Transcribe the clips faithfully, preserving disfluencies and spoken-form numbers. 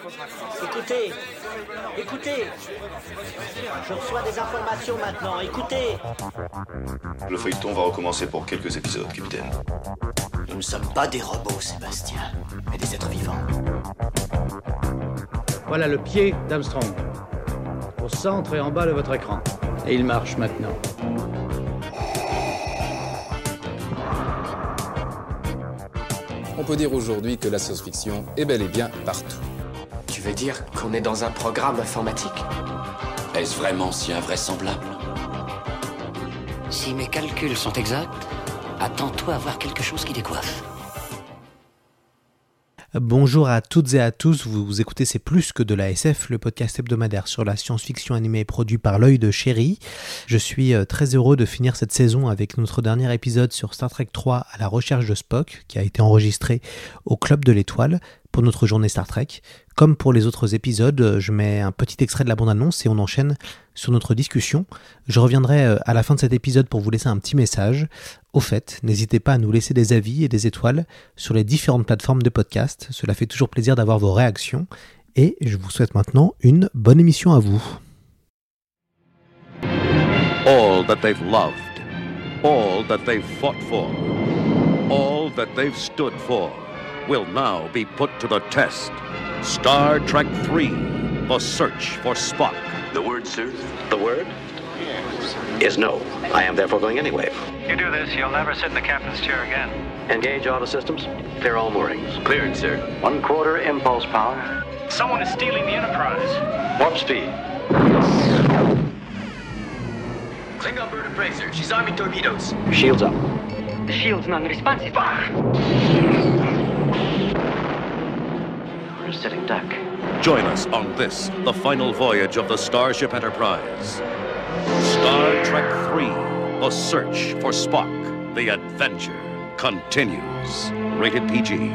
Écoutez, écoutez, je reçois des informations maintenant, écoutez. Le feuilleton va recommencer pour quelques épisodes, capitaine. Nous ne sommes pas des robots, Sébastien, mais des êtres vivants. Voilà le pied d'Armstrong, au centre et en bas de votre écran. Et il marche maintenant. On peut dire aujourd'hui que la science-fiction est bel et bien partout. Tu veux dire qu'on est dans un programme informatique ? Est-ce vraiment si invraisemblable ? Si mes calculs sont exacts, attends-toi à voir quelque chose qui décoiffe. Bonjour à toutes et à tous, vous, vous écoutez C'est plus que de la S F, le podcast hebdomadaire sur la science-fiction animée produit par l'œil de Chéri. Je suis très heureux de finir cette saison avec notre dernier épisode sur Star Trek trois à la recherche de Spock, qui a été enregistré au Club de l'Étoile pour notre journée Star Trek. Comme pour les autres épisodes, je mets un petit extrait de la bande-annonce et on enchaîne sur notre discussion. Je reviendrai à la fin de cet épisode pour vous laisser un petit message. Au fait, n'hésitez pas à nous laisser des avis et des étoiles sur les différentes plateformes de podcast. Cela fait toujours plaisir d'avoir vos réactions. Et je vous souhaite maintenant une bonne émission à vous. All that they've loved, all that they've fought for, all that they've stood for will now be put to the test. Star Trek three, The Search for Spock. The word, sir? The word is no. I am therefore going anyway. You do this, you'll never sit in the captain's chair again. Engage auto systems. Clear all moorings. Cleared, sir. One quarter impulse power. Someone is stealing the Enterprise. Warp speed. Klingon bird appraiser. She's arming torpedoes. Shields up. The shield's non-responsive. We're sitting duck. Join us on this, the final voyage of the Starship Enterprise. Star Trek three, The Search for Spock. The adventure continues. Rated P G.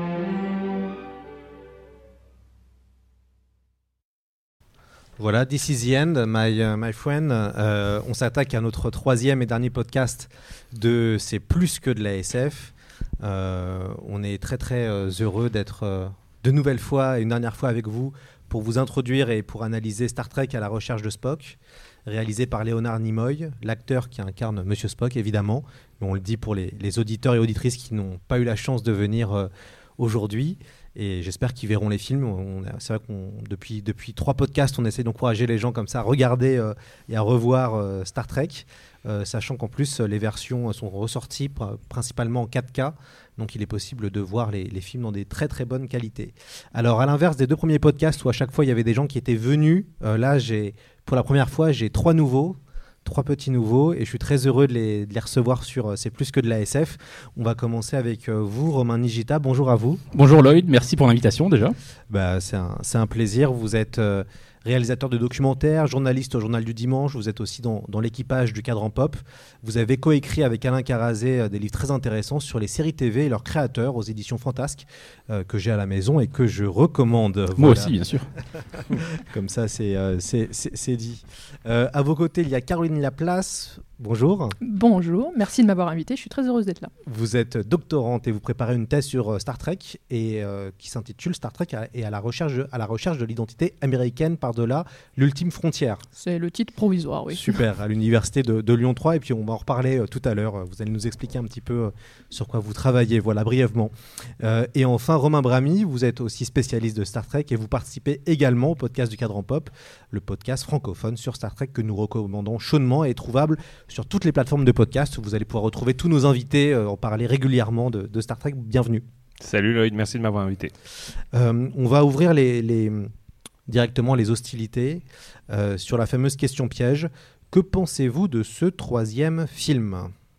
Voilà, this is the end, my, uh, my friend. Euh, on s'attaque à notre troisième et dernier podcast de C'est plus que de la S F. Euh, on est très très euh, heureux d'être euh, de nouvelle fois et une dernière fois avec vous pour vous introduire et pour analyser Star Trek à la recherche de Spock, réalisé par Leonard Nimoy, l'acteur qui incarne Monsieur Spock évidemment, mais on le dit pour les, les auditeurs et auditrices qui n'ont pas eu la chance de venir euh, aujourd'hui. Et j'espère qu'ils verront les films. On a, c'est vrai qu'on depuis, depuis trois podcasts, on essaie d'encourager les gens comme ça à regarder euh, et à revoir euh, Star Trek, euh, sachant qu'en plus les versions sont ressorties pr- principalement en quatre K, donc il est possible de voir les, les films dans des très très bonnes qualités. Alors à l'inverse des deux premiers podcasts où à chaque fois il y avait des gens qui étaient venus, euh, là j'ai, pour la première fois j'ai trois nouveaux. Trois petits nouveaux et je suis très heureux de les, de les recevoir sur euh, C'est plus que de la S F. On va commencer avec euh, vous, Romain Nigita. Bonjour à vous. Bonjour Lloyd, merci pour l'invitation déjà. Bah, c'est, un, c'est un plaisir. Vous êtes euh, réalisateur de documentaires, journaliste au Journal du Dimanche. Vous êtes aussi dans, dans l'équipage du Cadran Pop. Vous avez coécrit avec Alain Carazé euh, des livres très intéressants sur les séries T V et leurs créateurs aux éditions Fantasques euh, que j'ai à la maison et que je recommande. Moi voilà. aussi, bien sûr. Comme ça, c'est, euh, c'est, c'est, c'est dit. Euh, à vos côtés, il y a Caroline Laplace. Bonjour. Bonjour, merci de m'avoir invité, je suis très heureuse d'être là. Vous êtes doctorante et vous préparez une thèse sur Star Trek et, euh, qui s'intitule Star Trek et à la, recherche, à la recherche de l'identité américaine par-delà l'ultime frontière. C'est le titre provisoire, oui. Super, à l'université de, de Lyon trois et puis on va en reparler euh, tout à l'heure. Vous allez nous expliquer un petit peu euh, sur quoi vous travaillez, voilà, brièvement. Euh, et enfin, Romain Bramy, vous êtes aussi spécialiste de Star Trek et vous participez également au podcast du Cadran Pop, le podcast francophone sur Star Trek que nous recommandons chaudement et est trouvable sur toutes les plateformes de podcast. Vous allez pouvoir retrouver tous nos invités, euh, en parler régulièrement de, de Star Trek. Bienvenue. Salut Lloyd, merci de m'avoir invité. Euh, on va ouvrir les, les, directement les hostilités euh, sur la fameuse question piège. Que pensez-vous de ce troisième film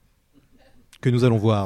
que nous allons voir ?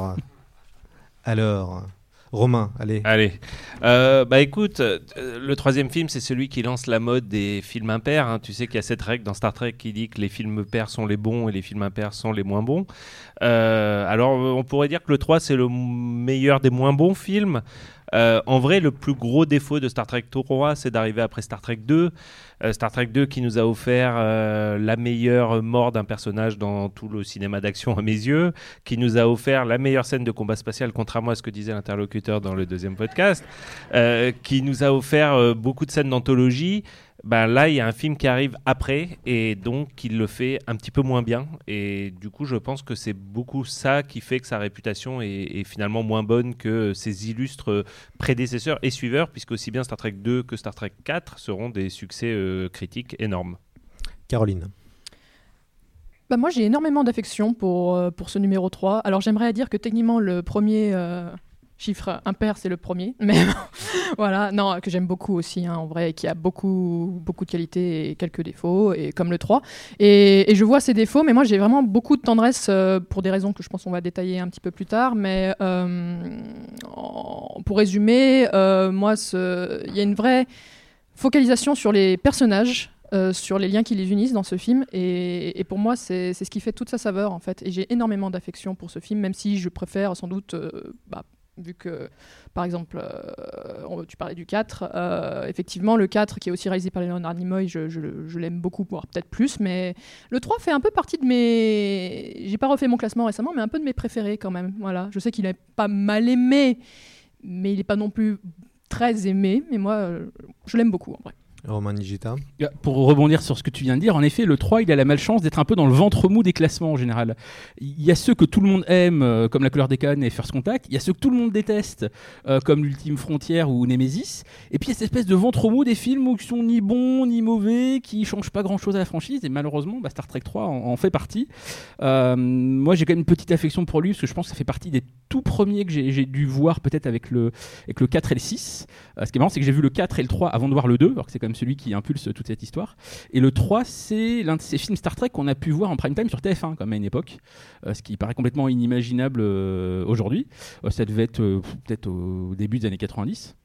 Alors, Romain, allez. Allez. Euh, bah écoute, euh, le troisième film, c'est celui qui lance la mode des films impairs. Hein. Tu sais qu'il y a cette règle dans Star Trek qui dit que les films pairs sont les bons et les films impairs sont les moins bons. Euh, alors, on pourrait dire que le trois, c'est le meilleur des moins bons films. Euh, en vrai, le plus gros défaut de Star Trek trois, c'est d'arriver après Star Trek deux. Euh, Star Trek deux qui nous a offert euh, la meilleure mort d'un personnage dans tout le cinéma d'action à mes yeux, qui nous a offert la meilleure scène de combat spatial, contrairement à ce que disait l'interlocuteur dans le deuxième podcast, euh, qui nous a offert euh, beaucoup de scènes d'anthologie. Ben là, il y a un film qui arrive après et donc il le fait un petit peu moins bien. Et du coup, je pense que c'est beaucoup ça qui fait que sa réputation est, est finalement moins bonne que ses illustres prédécesseurs et suiveurs, puisque aussi bien Star Trek deux que Star Trek quatre seront des succès euh, critiques énormes. Caroline. Bah moi, j'ai énormément d'affection pour, euh, pour ce numéro trois. Alors, j'aimerais dire que techniquement, le premier... Euh chiffre impair, c'est le premier, mais voilà, non, que j'aime beaucoup aussi, hein, en vrai, qui a beaucoup, beaucoup de qualités et quelques défauts, et comme le trois. Et, et je vois ces défauts, mais moi, j'ai vraiment beaucoup de tendresse euh, pour des raisons que je pense qu'on va détailler un petit peu plus tard. Mais euh, en, pour résumer, euh, moi, il y a une vraie focalisation sur les personnages. Euh, sur les liens qui les unissent dans ce film et, et pour moi c'est, c'est ce qui fait toute sa saveur en fait, et j'ai énormément d'affection pour ce film, même si je préfère sans doute euh, bah, vu que, par exemple, euh, tu parlais du quatre, euh, effectivement, le quatre, qui est aussi réalisé par Leonard Nimoy, je, je, je l'aime beaucoup, voire peut-être plus, mais le trois fait un peu partie de mes... J'ai pas refait mon classement récemment, mais un peu de mes préférés quand même. Voilà. Je sais qu'il est pas mal aimé, mais il est pas non plus très aimé, mais moi, je l'aime beaucoup, en vrai. Romain Nigita. Pour rebondir sur ce que tu viens de dire, en effet, le trois, il a la malchance d'être un peu dans le ventre mou des classements en général. Il y a ceux que tout le monde aime, euh, comme La couleur des cannes et First Contact. Il y a ceux que tout le monde déteste, euh, comme L'ultime frontière ou Nemesis. Et puis il y a cette espèce de ventre mou des films qui sont ni bons ni mauvais, qui changent pas grand-chose à la franchise. Et malheureusement, bah, Star Trek trois en, en fait partie. Euh, moi, j'ai quand même une petite affection pour lui, parce que je pense que ça fait partie des tout premiers que j'ai, j'ai dû voir peut-être avec le, avec le quatre et le six. Euh, ce qui est marrant, c'est que j'ai vu le quatre et le trois avant de voir le deux, alors que c'est quand même celui qui impulse toute cette histoire. Et le trois, c'est l'un de ces films Star Trek qu'on a pu voir en prime time sur T F un, comme à une époque, euh, ce qui paraît complètement inimaginable euh, aujourd'hui. Euh, ça devait être euh, peut-être au début des années quatre-vingt-dix.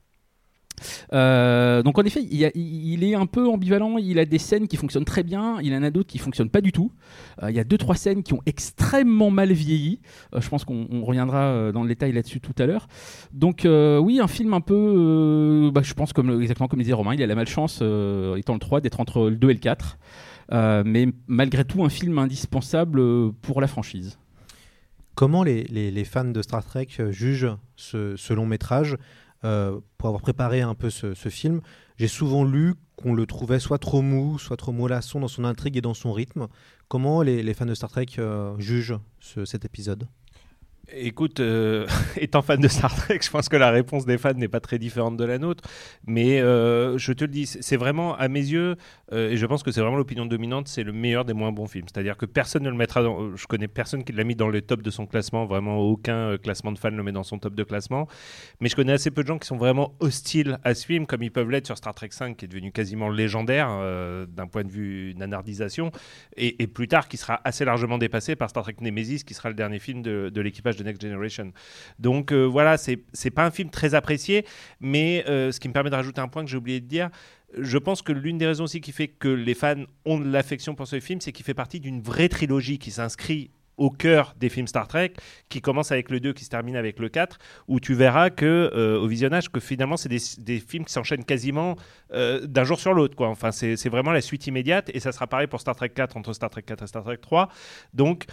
Euh, donc en effet, il, a, il est un peu ambivalent. Il a des scènes qui fonctionnent très bien, il en a d'autres qui fonctionnent pas du tout. Euh, il y a deux trois scènes qui ont extrêmement mal vieilli. Euh, je pense qu'on on reviendra dans le détail là-dessus tout à l'heure. Donc euh, oui, un film un peu, euh, bah, je pense comme exactement comme disait Romain, il a la malchance, euh, étant le trois, d'être entre le deux et le quatre. Euh, mais malgré tout, un film indispensable pour la franchise. Comment les, les, les fans de Star Trek jugent ce, ce long métrage? Euh, pour avoir préparé un peu ce, ce film, j'ai souvent lu qu'on le trouvait soit trop mou, soit trop mollasson dans son intrigue et dans son rythme. Comment les, les fans de Star Trek euh, jugent ce, cet épisode ? Écoute, euh, étant fan de Star Trek, je pense que la réponse des fans n'est pas très différente de la nôtre, mais euh, je te le dis, c'est vraiment, à mes yeux, euh, et je pense que c'est vraiment l'opinion dominante, c'est le meilleur des moins bons films. C'est-à-dire que personne ne le mettra dans... Je connais personne qui l'a mis dans le top de son classement, vraiment aucun classement de fans le met dans son top de classement, mais je connais assez peu de gens qui sont vraiment hostiles à ce film, comme ils peuvent l'être sur Star Trek cinq, qui est devenu quasiment légendaire euh, d'un point de vue nanardisation, et, et plus tard, qui sera assez largement dépassé par Star Trek Nemesis, qui sera le dernier film de, de l'équipage de Next Generation. Donc euh, voilà, c'est, c'est pas un film très apprécié, mais euh, ce qui me permet de rajouter un point que j'ai oublié de dire, je pense que l'une des raisons aussi qui fait que les fans ont de l'affection pour ce film, c'est qu'il fait partie d'une vraie trilogie qui s'inscrit au cœur des films Star Trek, qui commence avec le deux, qui se termine avec le quatre, où tu verras que, euh, au visionnage, que finalement c'est des, des films qui s'enchaînent quasiment euh, d'un jour sur l'autre, quoi. Enfin, c'est, c'est vraiment la suite immédiate, et ça sera pareil pour Star Trek quatre, entre Star Trek quatre et Star Trek trois. Donc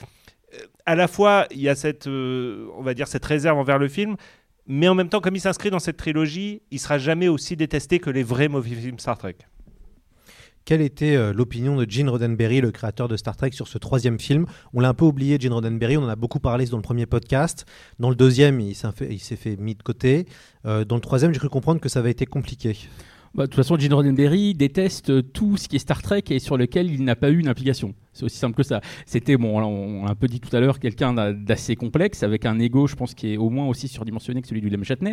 à la fois, il y a cette, euh, on va dire, cette réserve envers le film, mais en même temps, comme il s'inscrit dans cette trilogie, il sera jamais aussi détesté que les vrais mauvais films Star Trek. Quelle était euh, l'opinion de Gene Roddenberry, le créateur de Star Trek, sur ce troisième film ? On l'a un peu oublié, Gene Roddenberry, on en a beaucoup parlé dans le premier podcast. Dans le deuxième, il s'est fait, il s'est fait mis de côté. Euh, dans le troisième, j'ai cru comprendre que ça avait été compliqué. Bah, de toute façon, Gene Roddenberry déteste tout ce qui est Star Trek et sur lequel il n'a pas eu une implication. C'est aussi simple que ça. C'était, bon, on l'a un peu dit tout à l'heure, quelqu'un d'assez complexe, avec un ego, je pense, qui est au moins aussi surdimensionné que celui de William Shatner.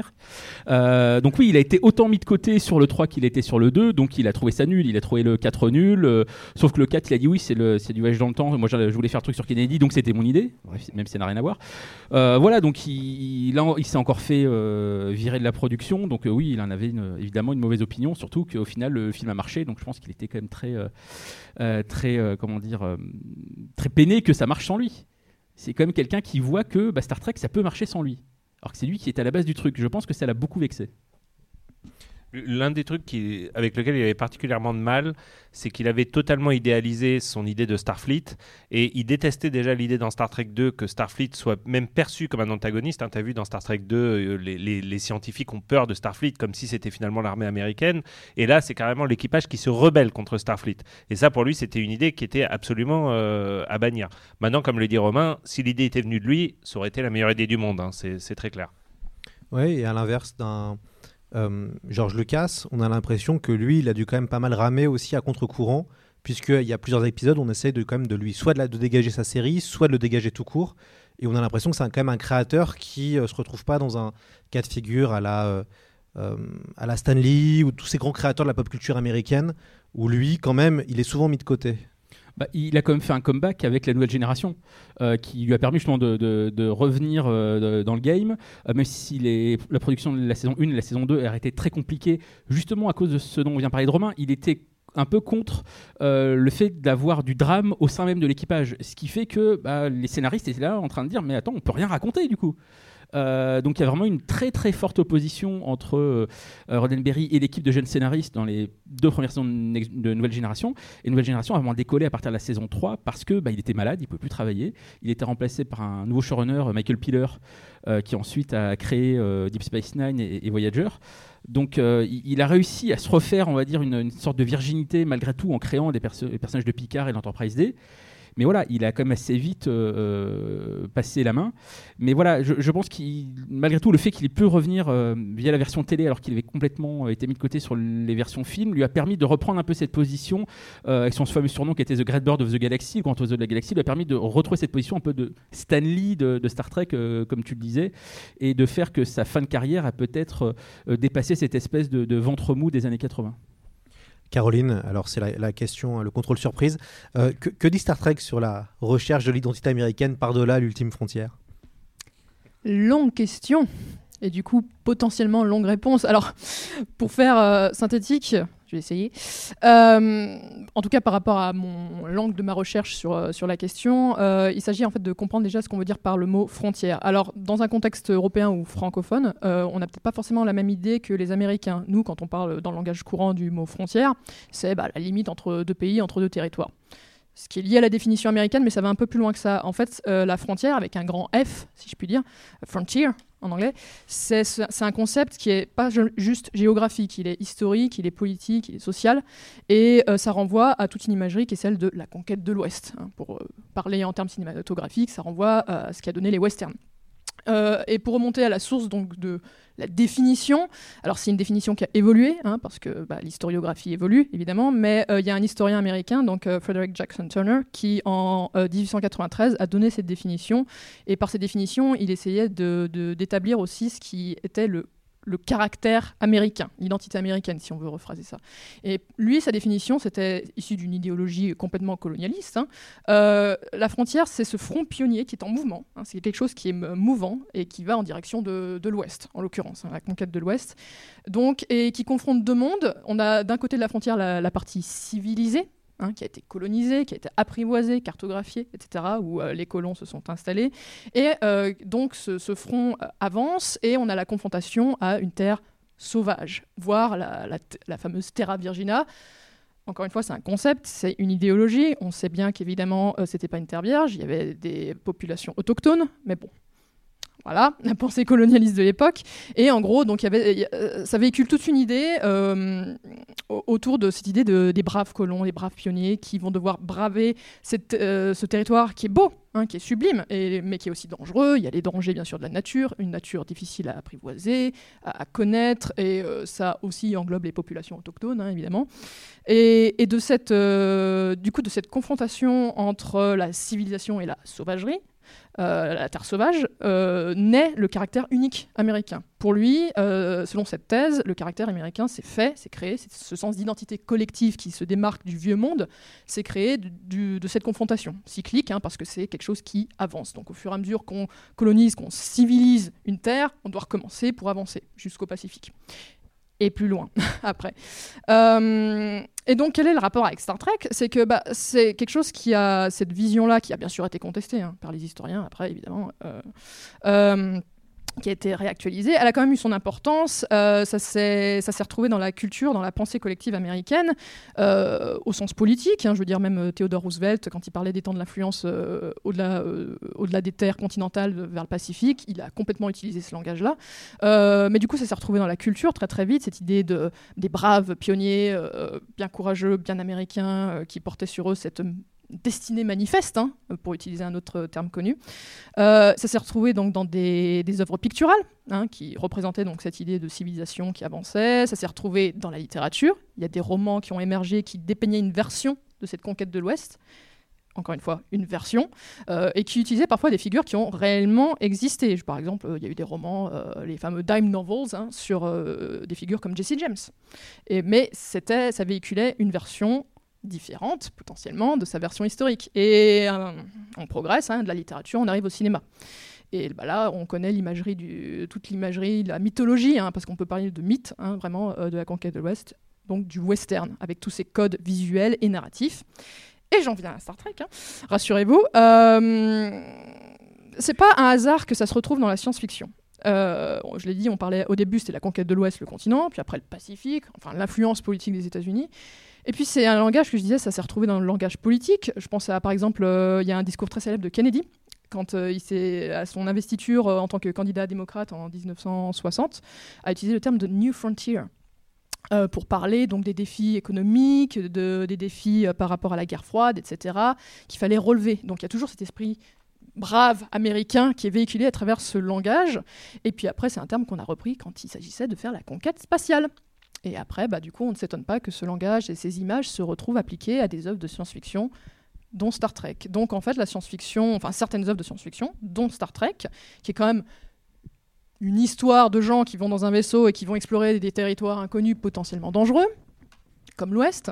Euh, donc oui, il a été autant mis de côté sur le trois qu'il était sur le deux, donc il a trouvé ça nul, il a trouvé le quatre nul, euh, sauf que le quatre, il a dit oui, c'est, le, c'est du voyage dans le temps, moi je voulais faire le truc sur Kennedy, donc c'était mon idée, bref, même si ça n'a rien à voir. Euh, voilà, donc il, il, a, il s'est encore fait euh, virer de la production, donc euh, oui, il en avait une, évidemment une mauvaise opinion, surtout qu'au final, le film a marché, donc je pense qu'il était quand même très, euh, euh, très euh, comment dire... Euh, très peiné que ça marche sans lui. C'est quand même quelqu'un qui voit que bah, Star Trek, ça peut marcher sans lui. alors que c'est lui qui est à la base du truc. Je pense que ça l'a beaucoup vexé. L'un des trucs qui, avec lequel il avait particulièrement de mal, c'est qu'il avait totalement idéalisé son idée de Starfleet et il détestait déjà l'idée dans Star Trek deux que Starfleet soit même perçu comme un antagoniste. Hein, tu as vu dans Star Trek deux, euh, les, les, les scientifiques ont peur de Starfleet comme si c'était finalement l'armée américaine. Et là, c'est carrément l'équipage qui se rebelle contre Starfleet. Et ça, pour lui, c'était une idée qui était absolument euh, à bannir. Maintenant, comme le dit Romain, si l'idée était venue de lui, ça aurait été la meilleure idée du monde. Hein, c'est, c'est très clair. Oui, et à l'inverse d'un... Euh, George Lucas, on a l'impression que lui, il a dû quand même pas mal ramer aussi à contre-courant, puisqu'il y a plusieurs épisodes où on essaye de, quand même de lui soit de, la, de dégager sa série, soit de le dégager tout court. Et on a l'impression que c'est quand même un créateur qui ne euh, se retrouve pas dans un cas de figure à la, euh, euh, à la Stan Lee ou tous ces grands créateurs de la pop culture américaine, où lui, quand même, il est souvent mis de côté. Bah, il a quand même fait un comeback avec la nouvelle génération euh, qui lui a permis justement de, de, de revenir euh, de, dans le game, euh, même si les, la production de la saison un et la saison deux a été très compliquée, justement à cause de ce dont on vient parler de Romain. Il était un peu contre euh, le fait d'avoir du drame au sein même de l'équipage, ce qui fait que bah, les scénaristes étaient là en train de dire mais attends, on peut rien raconter du coup. Euh, donc il y a vraiment une très très forte opposition entre euh, Roddenberry et l'équipe de jeunes scénaristes dans les deux premières saisons de, de Nouvelle Génération. Et Nouvelle Génération a vraiment décollé à partir de la saison trois parce que bah, il était malade, il ne pouvait plus travailler. Il était remplacé par un nouveau showrunner, Michael Piller, euh, qui ensuite a créé euh, Deep Space Nine et, et Voyager. Donc euh, il, il a réussi à se refaire, on va dire, une, une sorte de virginité malgré tout en créant des perso- les personnages de Picard et l'Enterprise D. Mais voilà, il a quand même assez vite euh, passé la main. Mais voilà, je, je pense qu'il, malgré tout, le fait qu'il ait pu revenir euh, via la version télé, alors qu'il avait complètement été mis de côté sur les versions films, lui a permis de reprendre un peu cette position euh, avec son fameux surnom qui était The Great Bird of the Galaxy, le grand oiseau de la galaxie, lui a permis de retrouver cette position un peu de Stan Lee de, de Star Trek, euh, comme tu le disais, et de faire que sa fin de carrière a peut-être euh, dépassé cette espèce de, de ventre mou des années quatre-vingts. Caroline, alors c'est la, la question, le contrôle surprise. Euh, que, que dit Star Trek sur la recherche de l'identité américaine par-delà l'ultime frontière ? Longue question. Et du coup, potentiellement longue réponse. Alors, pour faire euh, synthétique, je vais essayer. Euh, en tout cas, par rapport à mon l'angle de ma recherche sur, euh, sur la question, euh, il s'agit en fait de comprendre déjà ce qu'on veut dire par le mot frontière. Alors, dans un contexte européen ou francophone, euh, on n'a peut-être pas forcément la même idée que les Américains. Nous, quand on parle dans le langage courant du mot frontière, c'est bah, la limite entre deux pays, entre deux territoires. Ce qui est lié à la définition américaine, mais ça va un peu plus loin que ça. En fait, euh, la frontière, avec un grand F, si je puis dire, frontier en anglais, c'est, c'est un concept qui n'est pas juste géographique, il est historique, il est politique, il est social, et euh, ça renvoie à toute une imagerie qui est celle de la conquête de l'Ouest. Hein. Pour euh, parler en termes cinématographiques, ça renvoie à ce qui a donné les westerns. Euh, et pour remonter à la source donc, de la définition, alors c'est une définition qui a évolué, hein, parce que bah, l'historiographie évolue évidemment, mais il euh, y a un historien américain, donc euh, Frederick Jackson Turner, qui en euh, dix-huit cent quatre-vingt-treize a donné cette définition, et par cette définition, il essayait de, de, d'établir aussi ce qui était le le caractère américain, l'identité américaine, si on veut rephraser ça. Et lui, sa définition, c'était issu d'une idéologie complètement colonialiste. Hein. Euh, la frontière, c'est ce front pionnier qui est en mouvement. Hein. C'est quelque chose qui est mouvant et qui va en direction de, de l'Ouest, en l'occurrence, hein, la conquête de l'Ouest. Donc, et qui confronte deux mondes. On a d'un côté de la frontière la, la partie civilisée, Hein, qui a été colonisé, qui a été apprivoisé, cartographié, et cetera, où euh, les colons se sont installés. Et euh, donc ce, ce front euh, avance et on a la confrontation à une terre sauvage, voire la, la, la fameuse Terra Virgina. Encore une fois, c'est un concept, c'est une idéologie. On sait bien qu'évidemment, euh, c'était pas une terre vierge, il y avait des populations autochtones, mais bon. Voilà, la pensée colonialiste de l'époque. Et en gros, donc, y avait, y a, ça véhicule toute une idée euh, autour de cette idée de, des braves colons, des braves pionniers qui vont devoir braver cette, euh, ce territoire qui est beau, hein, qui est sublime, et, mais qui est aussi dangereux. Il y a les dangers, bien sûr, de la nature, une nature difficile à apprivoiser, à, à connaître, et euh, ça aussi englobe les populations autochtones, hein, évidemment. Et, et de cette, euh, du coup, de cette confrontation entre la civilisation et la sauvagerie, Euh, la terre sauvage, euh, naît le caractère unique américain. Pour lui, euh, selon cette thèse, le caractère américain, c'est fait, c'est créé, c'est ce sens d'identité collective qui se démarque du vieux monde, c'est créé du, du, de cette confrontation cyclique, hein, parce que c'est quelque chose qui avance. Donc au fur et à mesure qu'on colonise, qu'on civilise une terre, on doit recommencer pour avancer jusqu'au Pacifique. Et plus loin, après. Euh, et donc, quel est le rapport avec Star Trek ? C'est que bah, c'est quelque chose qui a cette vision-là, qui a bien sûr été contestée hein, par les historiens, après, évidemment. Euh, euh, qui a été réactualisée. Elle a quand même eu son importance. Euh, ça, s'est, ça s'est retrouvé dans la culture, dans la pensée collective américaine, euh, au sens politique. Hein, je veux dire, même Theodore Roosevelt, quand il parlait des temps de l'influence euh, au-delà, euh, au-delà des terres continentales vers le Pacifique, il a complètement utilisé ce langage-là. Euh, mais du coup, ça s'est retrouvé dans la culture très très vite, cette idée de, des braves pionniers, euh, bien courageux, bien américains, euh, qui portaient sur eux cette destinée manifeste, hein, pour utiliser un autre terme connu. Euh, ça s'est retrouvé donc dans des, des œuvres picturales, hein, qui représentaient donc cette idée de civilisation qui avançait. Ça s'est retrouvé dans la littérature. Il y a des romans qui ont émergé qui dépeignaient une version de cette conquête de l'Ouest. Encore une fois, une version, euh, et qui utilisaient parfois des figures qui ont réellement existé. Par exemple, il y a eu des romans, euh, les fameux dime novels, hein, sur euh, des figures comme Jesse James. Et, mais c'était, ça véhiculait une version différente, potentiellement, de sa version historique. Et euh, on progresse, hein, de la littérature, on arrive au cinéma. Et bah là, on connaît l'imagerie, du, toute l'imagerie, la mythologie, hein, parce qu'on peut parler de mythe, hein, vraiment, euh, de la conquête de l'Ouest, donc du western, avec tous ses codes visuels et narratifs. Et j'en viens à Star Trek, hein, rassurez-vous. Euh, c'est pas un hasard que ça se retrouve dans la science-fiction. Euh, je l'ai dit, on parlait au début, c'était la conquête de l'Ouest, le continent, puis après le Pacifique, enfin l'influence politique des États-Unis. Et puis c'est un langage que je disais, ça s'est retrouvé dans le langage politique. Je pense à, par exemple, il euh, y a un discours très célèbre de Kennedy, quand euh, il s'est, à son investiture euh, en tant que candidat démocrate en dix-neuf cent soixante, a utilisé le terme de New Frontier. Euh, pour parler donc des défis économiques, de, des défis euh, par rapport à la guerre froide, et cetera, qu'il fallait relever. Donc il y a toujours cet esprit brave américain qui est véhiculé à travers ce langage. Et puis après, c'est un terme qu'on a repris quand il s'agissait de faire la conquête spatiale. Et après, bah, du coup, on ne s'étonne pas que ce langage et ces images se retrouvent appliquées à des œuvres de science-fiction, dont Star Trek. Donc en fait, la science-fiction, enfin certaines œuvres de science-fiction, dont Star Trek, qui est quand même une histoire de gens qui vont dans un vaisseau et qui vont explorer des territoires inconnus potentiellement dangereux, comme l'Ouest.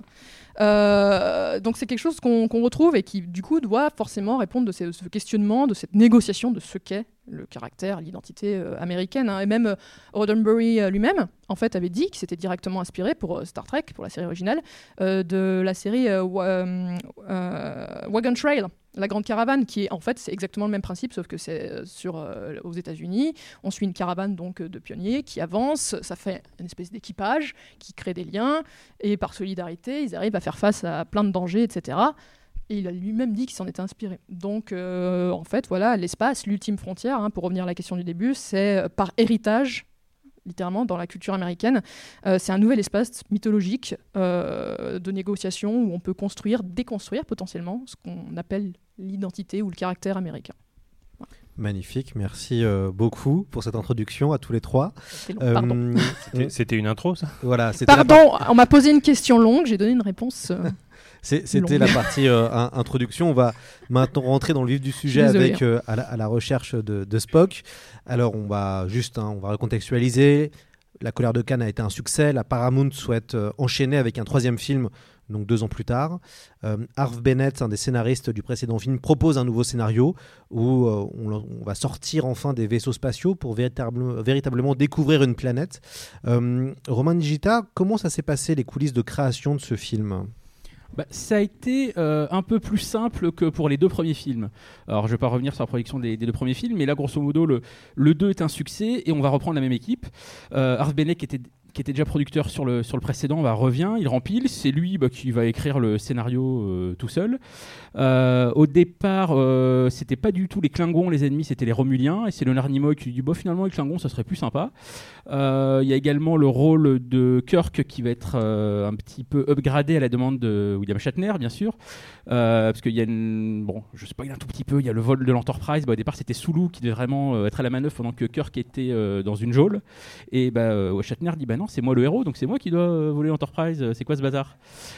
Euh, donc c'est quelque chose qu'on, qu'on retrouve et qui, du coup, doit forcément répondre de ce, ce questionnement, de cette négociation de ce qu'est le caractère, l'identité euh, américaine. Hein. Et même euh, Roddenberry euh, lui-même, en fait, avait dit qu'il s'était directement inspiré pour euh, Star Trek, pour la série originale, euh, de la série euh, euh, euh, Wagon Trail, La Grande Caravane, qui est, en fait, c'est exactement le même principe, sauf que c'est sur, euh, aux États-Unis. On suit une caravane donc, de pionniers qui avance, ça fait une espèce d'équipage qui crée des liens, et par solidarité, ils arrivent à faire face à plein de dangers, et cetera. Et il a lui-même dit qu'il s'en était inspiré. Donc, euh, en fait, voilà, l'espace, l'ultime frontière, hein, pour revenir à la question du début, c'est par héritage, littéralement, dans la culture américaine, euh, c'est un nouvel espace mythologique euh, de négociation où on peut construire, déconstruire potentiellement ce qu'on appelle l'identité ou le caractère américain. Voilà. Magnifique, merci euh, beaucoup pour cette introduction à tous les trois. C'était long, pardon. Euh, c'était, c'était une intro, ça ? Voilà, c'était Pardon, la par... on m'a posé une question longue, j'ai donné une réponse. Euh... C'est, c'était la partie euh, un, introduction. On va maintenant rentrer dans le vif du sujet Désolée, avec euh, à, la, à la recherche de, de Spock. Alors on va juste, hein, on va recontextualiser. La Colère de Cannes a été un succès. La Paramount souhaite euh, enchaîner avec un troisième film, donc deux ans plus tard. Euh, Harve Bennett, un des scénaristes du précédent film, propose un nouveau scénario où euh, on, on va sortir enfin des vaisseaux spatiaux pour véritable, véritablement découvrir une planète. Euh, Romain Nigita, comment ça s'est passé les coulisses de création de ce film ? Bah, ça a été euh, un peu plus simple que pour les deux premiers films. Alors, je ne vais pas revenir sur la production des, des deux premiers films, mais là, grosso modo, le, le deux est un succès et on va reprendre la même équipe. Euh, Harve Bennett, qui était, qui était déjà producteur sur le, sur le précédent, bah, revient, il rempile. C'est lui bah, qui va écrire le scénario euh, tout seul. Euh, au départ, euh, c'était pas du tout les Klingons, les ennemis, c'était les Romuliens. Et c'est Leonard Nimoy qui dit bah, finalement, les Klingons, ça serait plus sympa. Il euh, y a également le rôle de Kirk qui va être euh, un petit peu upgradé à la demande de William Shatner, bien sûr, euh, parce qu'il y a une... bon, je spoil un tout petit peu, il y a le vol de l'Enterprise. Bah, au départ, c'était Sulu qui devait vraiment euh, être à la manœuvre pendant que Kirk était euh, dans une geôle. Et bah, euh, Shatner dit bah non, c'est moi le héros, donc c'est moi qui dois euh, voler l'Enterprise. C'est quoi ce bazar ?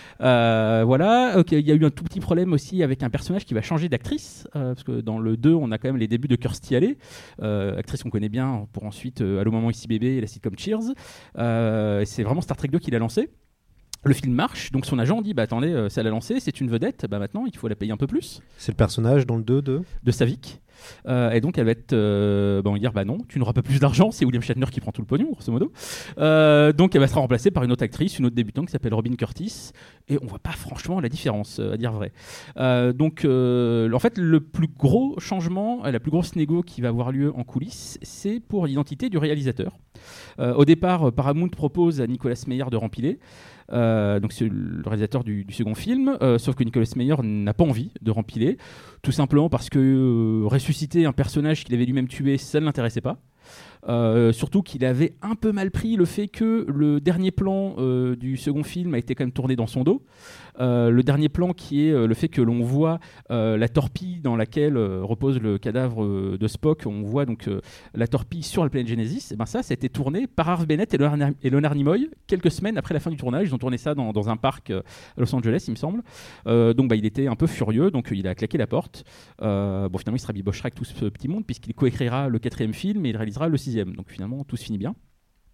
Euh, voilà, okay, il y a eu un tout petit problème aussi avec un personnage qui va changer d'actrice, euh, parce que dans le deux, on a quand même les débuts de Kirstie Alley, euh, actrice qu'on connaît bien pour ensuite euh, Allô Maman Ici Bébé et la sitcom Cheers. Euh, c'est vraiment Star Trek deux qui l'a lancé. Le film marche, donc son agent dit bah attendez, euh, ça l'a lancé, c'est une vedette, bah maintenant il faut la payer un peu plus. C'est le personnage dans le deux de de Savick. Euh, et donc elle va être, euh, bah on va dire bah non, tu n'auras pas plus d'argent, c'est William Shatner qui prend tout le pognon grosso modo. Euh, donc elle va être remplacée par une autre actrice, une autre débutante qui s'appelle Robin Curtis, et on voit pas franchement la différence, euh, à dire vrai. Euh, donc euh, en fait le plus gros changement, la plus grosse négo qui va avoir lieu en coulisses, c'est pour l'identité du réalisateur. Euh, au départ, Paramount propose à Nicolas Meyer de rempiler. Euh, donc c'est le réalisateur du, du second film, euh, sauf que Nicolas Meyer n'a pas envie de rempiler, tout simplement parce que euh, ressusciter un personnage qu'il avait lui-même tué, ça ne l'intéressait pas. Euh, surtout qu'il avait un peu mal pris le fait que le dernier plan euh, du second film a été quand même tourné dans son dos. Euh, le dernier plan qui est euh, le fait que l'on voit euh, la torpille dans laquelle euh, repose le cadavre euh, de Spock, on voit donc euh, la torpille sur la planète Genesis, et ben ça, ça a été tourné par Harve Bennett et Leonard, et Leonard Nimoy quelques semaines après la fin du tournage. Ils ont tourné ça dans, dans un parc euh, à Los Angeles, il me semble. Euh, donc bah, il était un peu furieux, donc il a claqué la porte. Euh, bon, finalement, il se rabibochera avec tout ce petit monde puisqu'il coécrira le quatrième film et il réalisera le sixième. Donc finalement, tout se finit bien.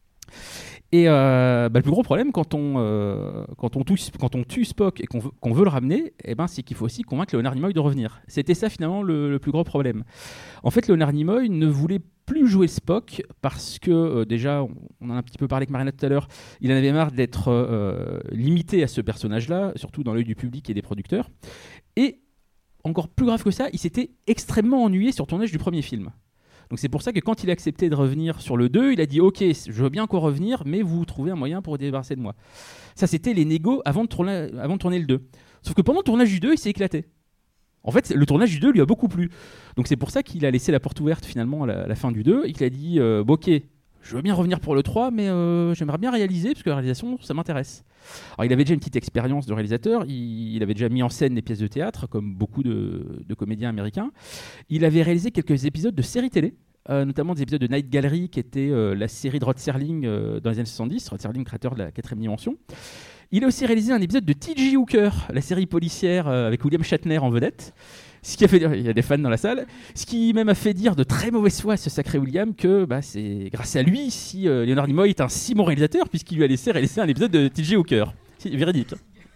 Et euh, bah, le plus gros problème quand on, euh, quand on, tue, quand on tue Spock et qu'on veut, qu'on veut le ramener, eh ben, c'est qu'il faut aussi convaincre Leonard Nimoy de revenir. C'était ça finalement le, le plus gros problème. En fait, Leonard Nimoy ne voulait plus jouer Spock parce que euh, déjà, on, on en a un petit peu parlé avec Marina tout à l'heure, il en avait marre d'être euh, limité à ce personnage-là, surtout dans l'œil du public et des producteurs. Et encore plus grave que ça, il s'était extrêmement ennuyé sur le tournage du premier film. Donc c'est pour ça que quand il a accepté de revenir sur le deux, il a dit « Ok, je veux bien encore revenir, mais vous trouvez un moyen pour vous débarrasser de moi. » Ça, c'était les négos avant de tourner, avant de tourner le deux. Sauf que pendant le tournage du deux, il s'est éclaté. En fait, le tournage du deux lui a beaucoup plu. Donc c'est pour ça qu'il a laissé la porte ouverte finalement à la, à la fin du deux et qu'il a dit euh, « Ok, je veux bien revenir pour le trois, mais euh, j'aimerais bien réaliser, parce que la réalisation, ça m'intéresse. » Alors il avait déjà une petite expérience de réalisateur, il, il avait déjà mis en scène des pièces de théâtre, comme beaucoup de, de comédiens américains. Il avait réalisé quelques épisodes de séries télé, euh, notamment des épisodes de Night Gallery, qui était euh, la série de Rod Serling euh, dans les années soixante-dix, Rod Serling, créateur de la quatrième dimension. Il a aussi réalisé un épisode de T J Hooker, la série policière euh, avec William Shatner en vedette. Ce qui a fait dire, il y a des fans dans la salle, ce qui même a fait dire de très mauvaise foi à ce sacré William que bah, c'est grâce à lui si euh, Leonard Nimoy est un si bon réalisateur puisqu'il lui a laissé réaliser un épisode de T J Hooker. C'est véridique.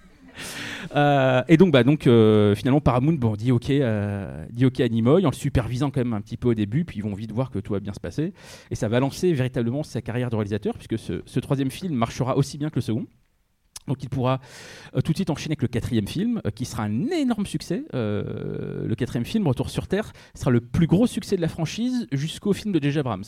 Euh, et donc, bah, donc euh, finalement Paramount bon, dit, ok, euh, dit ok à Nimoy en le supervisant quand même un petit peu au début, puis ils vont vite voir que tout va bien se passer. Et ça va lancer véritablement sa carrière de réalisateur puisque ce, ce troisième film marchera aussi bien que le second. Donc il pourra euh, tout de suite enchaîner avec le quatrième film, euh, qui sera un énorme succès. Euh, le quatrième film, Retour sur Terre, sera le plus gros succès de la franchise jusqu'au film de J J Abrams.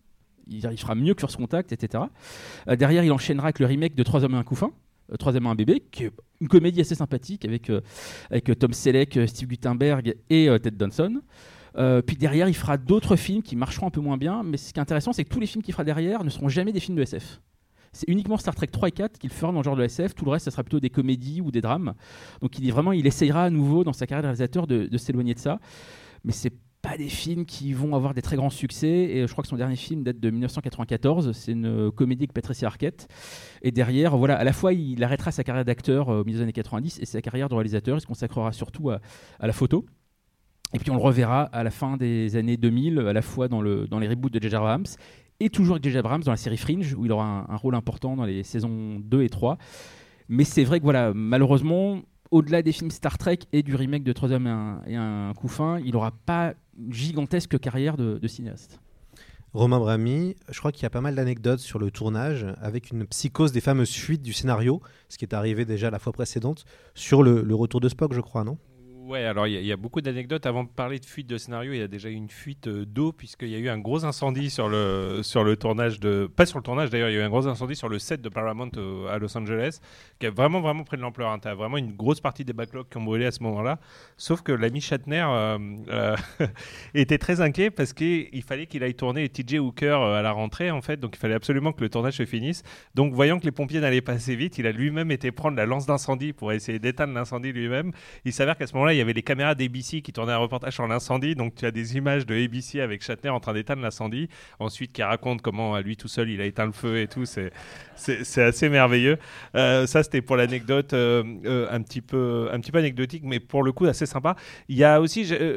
Il, il fera mieux que First Contact, et cetera. Euh, derrière, il enchaînera avec le remake de Trois hommes et un couffin, euh, Trois hommes et un bébé, qui est une comédie assez sympathique avec, euh, avec euh, Tom Selleck, euh, Steve Guttenberg et euh, Ted Danson. Euh, puis derrière, il fera d'autres films qui marcheront un peu moins bien, mais ce qui est intéressant, c'est que tous les films qu'il fera derrière ne seront jamais des films de S F. C'est uniquement Star Trek trois et quatre qu'il fera dans le genre de S F. Tout le reste, ça sera plutôt des comédies ou des drames. Donc, il dit vraiment, il essayera à nouveau dans sa carrière de réalisateur de, de s'éloigner de ça. Mais c'est pas des films qui vont avoir des très grands succès. Et je crois que son dernier film date de dix-neuf cent quatre-vingt-quatorze. C'est une comédie avec Patricia Arquette. Et derrière, voilà, à la fois, il arrêtera sa carrière d'acteur au milieu des années quatre-vingt-dix et sa carrière de réalisateur. Il se consacrera surtout à, à la photo. Et puis, on le reverra à la fin des années deux mille, à la fois dans, le, dans les reboots de J J Abrams et toujours avec J J Abrams dans la série Fringe, où il aura un, un rôle important dans les saisons deux et trois. Mais c'est vrai que voilà, malheureusement, au-delà des films Star Trek et du remake de Trois hommes et un, et un couffin, il n'aura pas une gigantesque carrière de, de cinéaste. Romain Bramy, je crois qu'il y a pas mal d'anecdotes sur le tournage, avec une psychose des fameuses fuites du scénario, ce qui est arrivé déjà la fois précédente, sur le, le retour de Spock, je crois, non ? Ouais, alors il y, y a beaucoup d'anecdotes. Avant de parler de fuite de scénario, il y a déjà eu une fuite euh, d'eau, puisqu'il y a eu un gros incendie sur le, sur le tournage de... Pas sur le tournage d'ailleurs, il y a eu un gros incendie sur le set de Paramount euh, à Los Angeles, qui a vraiment, vraiment pris de l'ampleur. Hein. Tu as vraiment une grosse partie des backlogs qui ont brûlé à ce moment-là. Sauf que l'ami Shatner euh, euh, était très inquiet parce qu'il fallait qu'il aille tourner T J Hooker euh, à la rentrée, en fait. Donc il fallait absolument que le tournage se finisse. Donc voyant que les pompiers n'allaient pas assez vite, il a lui-même été prendre la lance d'incendie pour essayer d'éteindre l'incendie lui-même. Il s'avère qu'à ce moment-là, il y avait les caméras d'A B C qui tournaient un reportage sur l'incendie, donc tu as des images de A B C avec Shatner en train d'éteindre l'incendie, ensuite qui raconte comment à lui tout seul il a éteint le feu et tout, c'est, c'est, c'est assez merveilleux. Euh, ça c'était pour l'anecdote euh, euh, un, petit peu, un petit peu anecdotique, mais pour le coup assez sympa. Il y a aussi... Euh,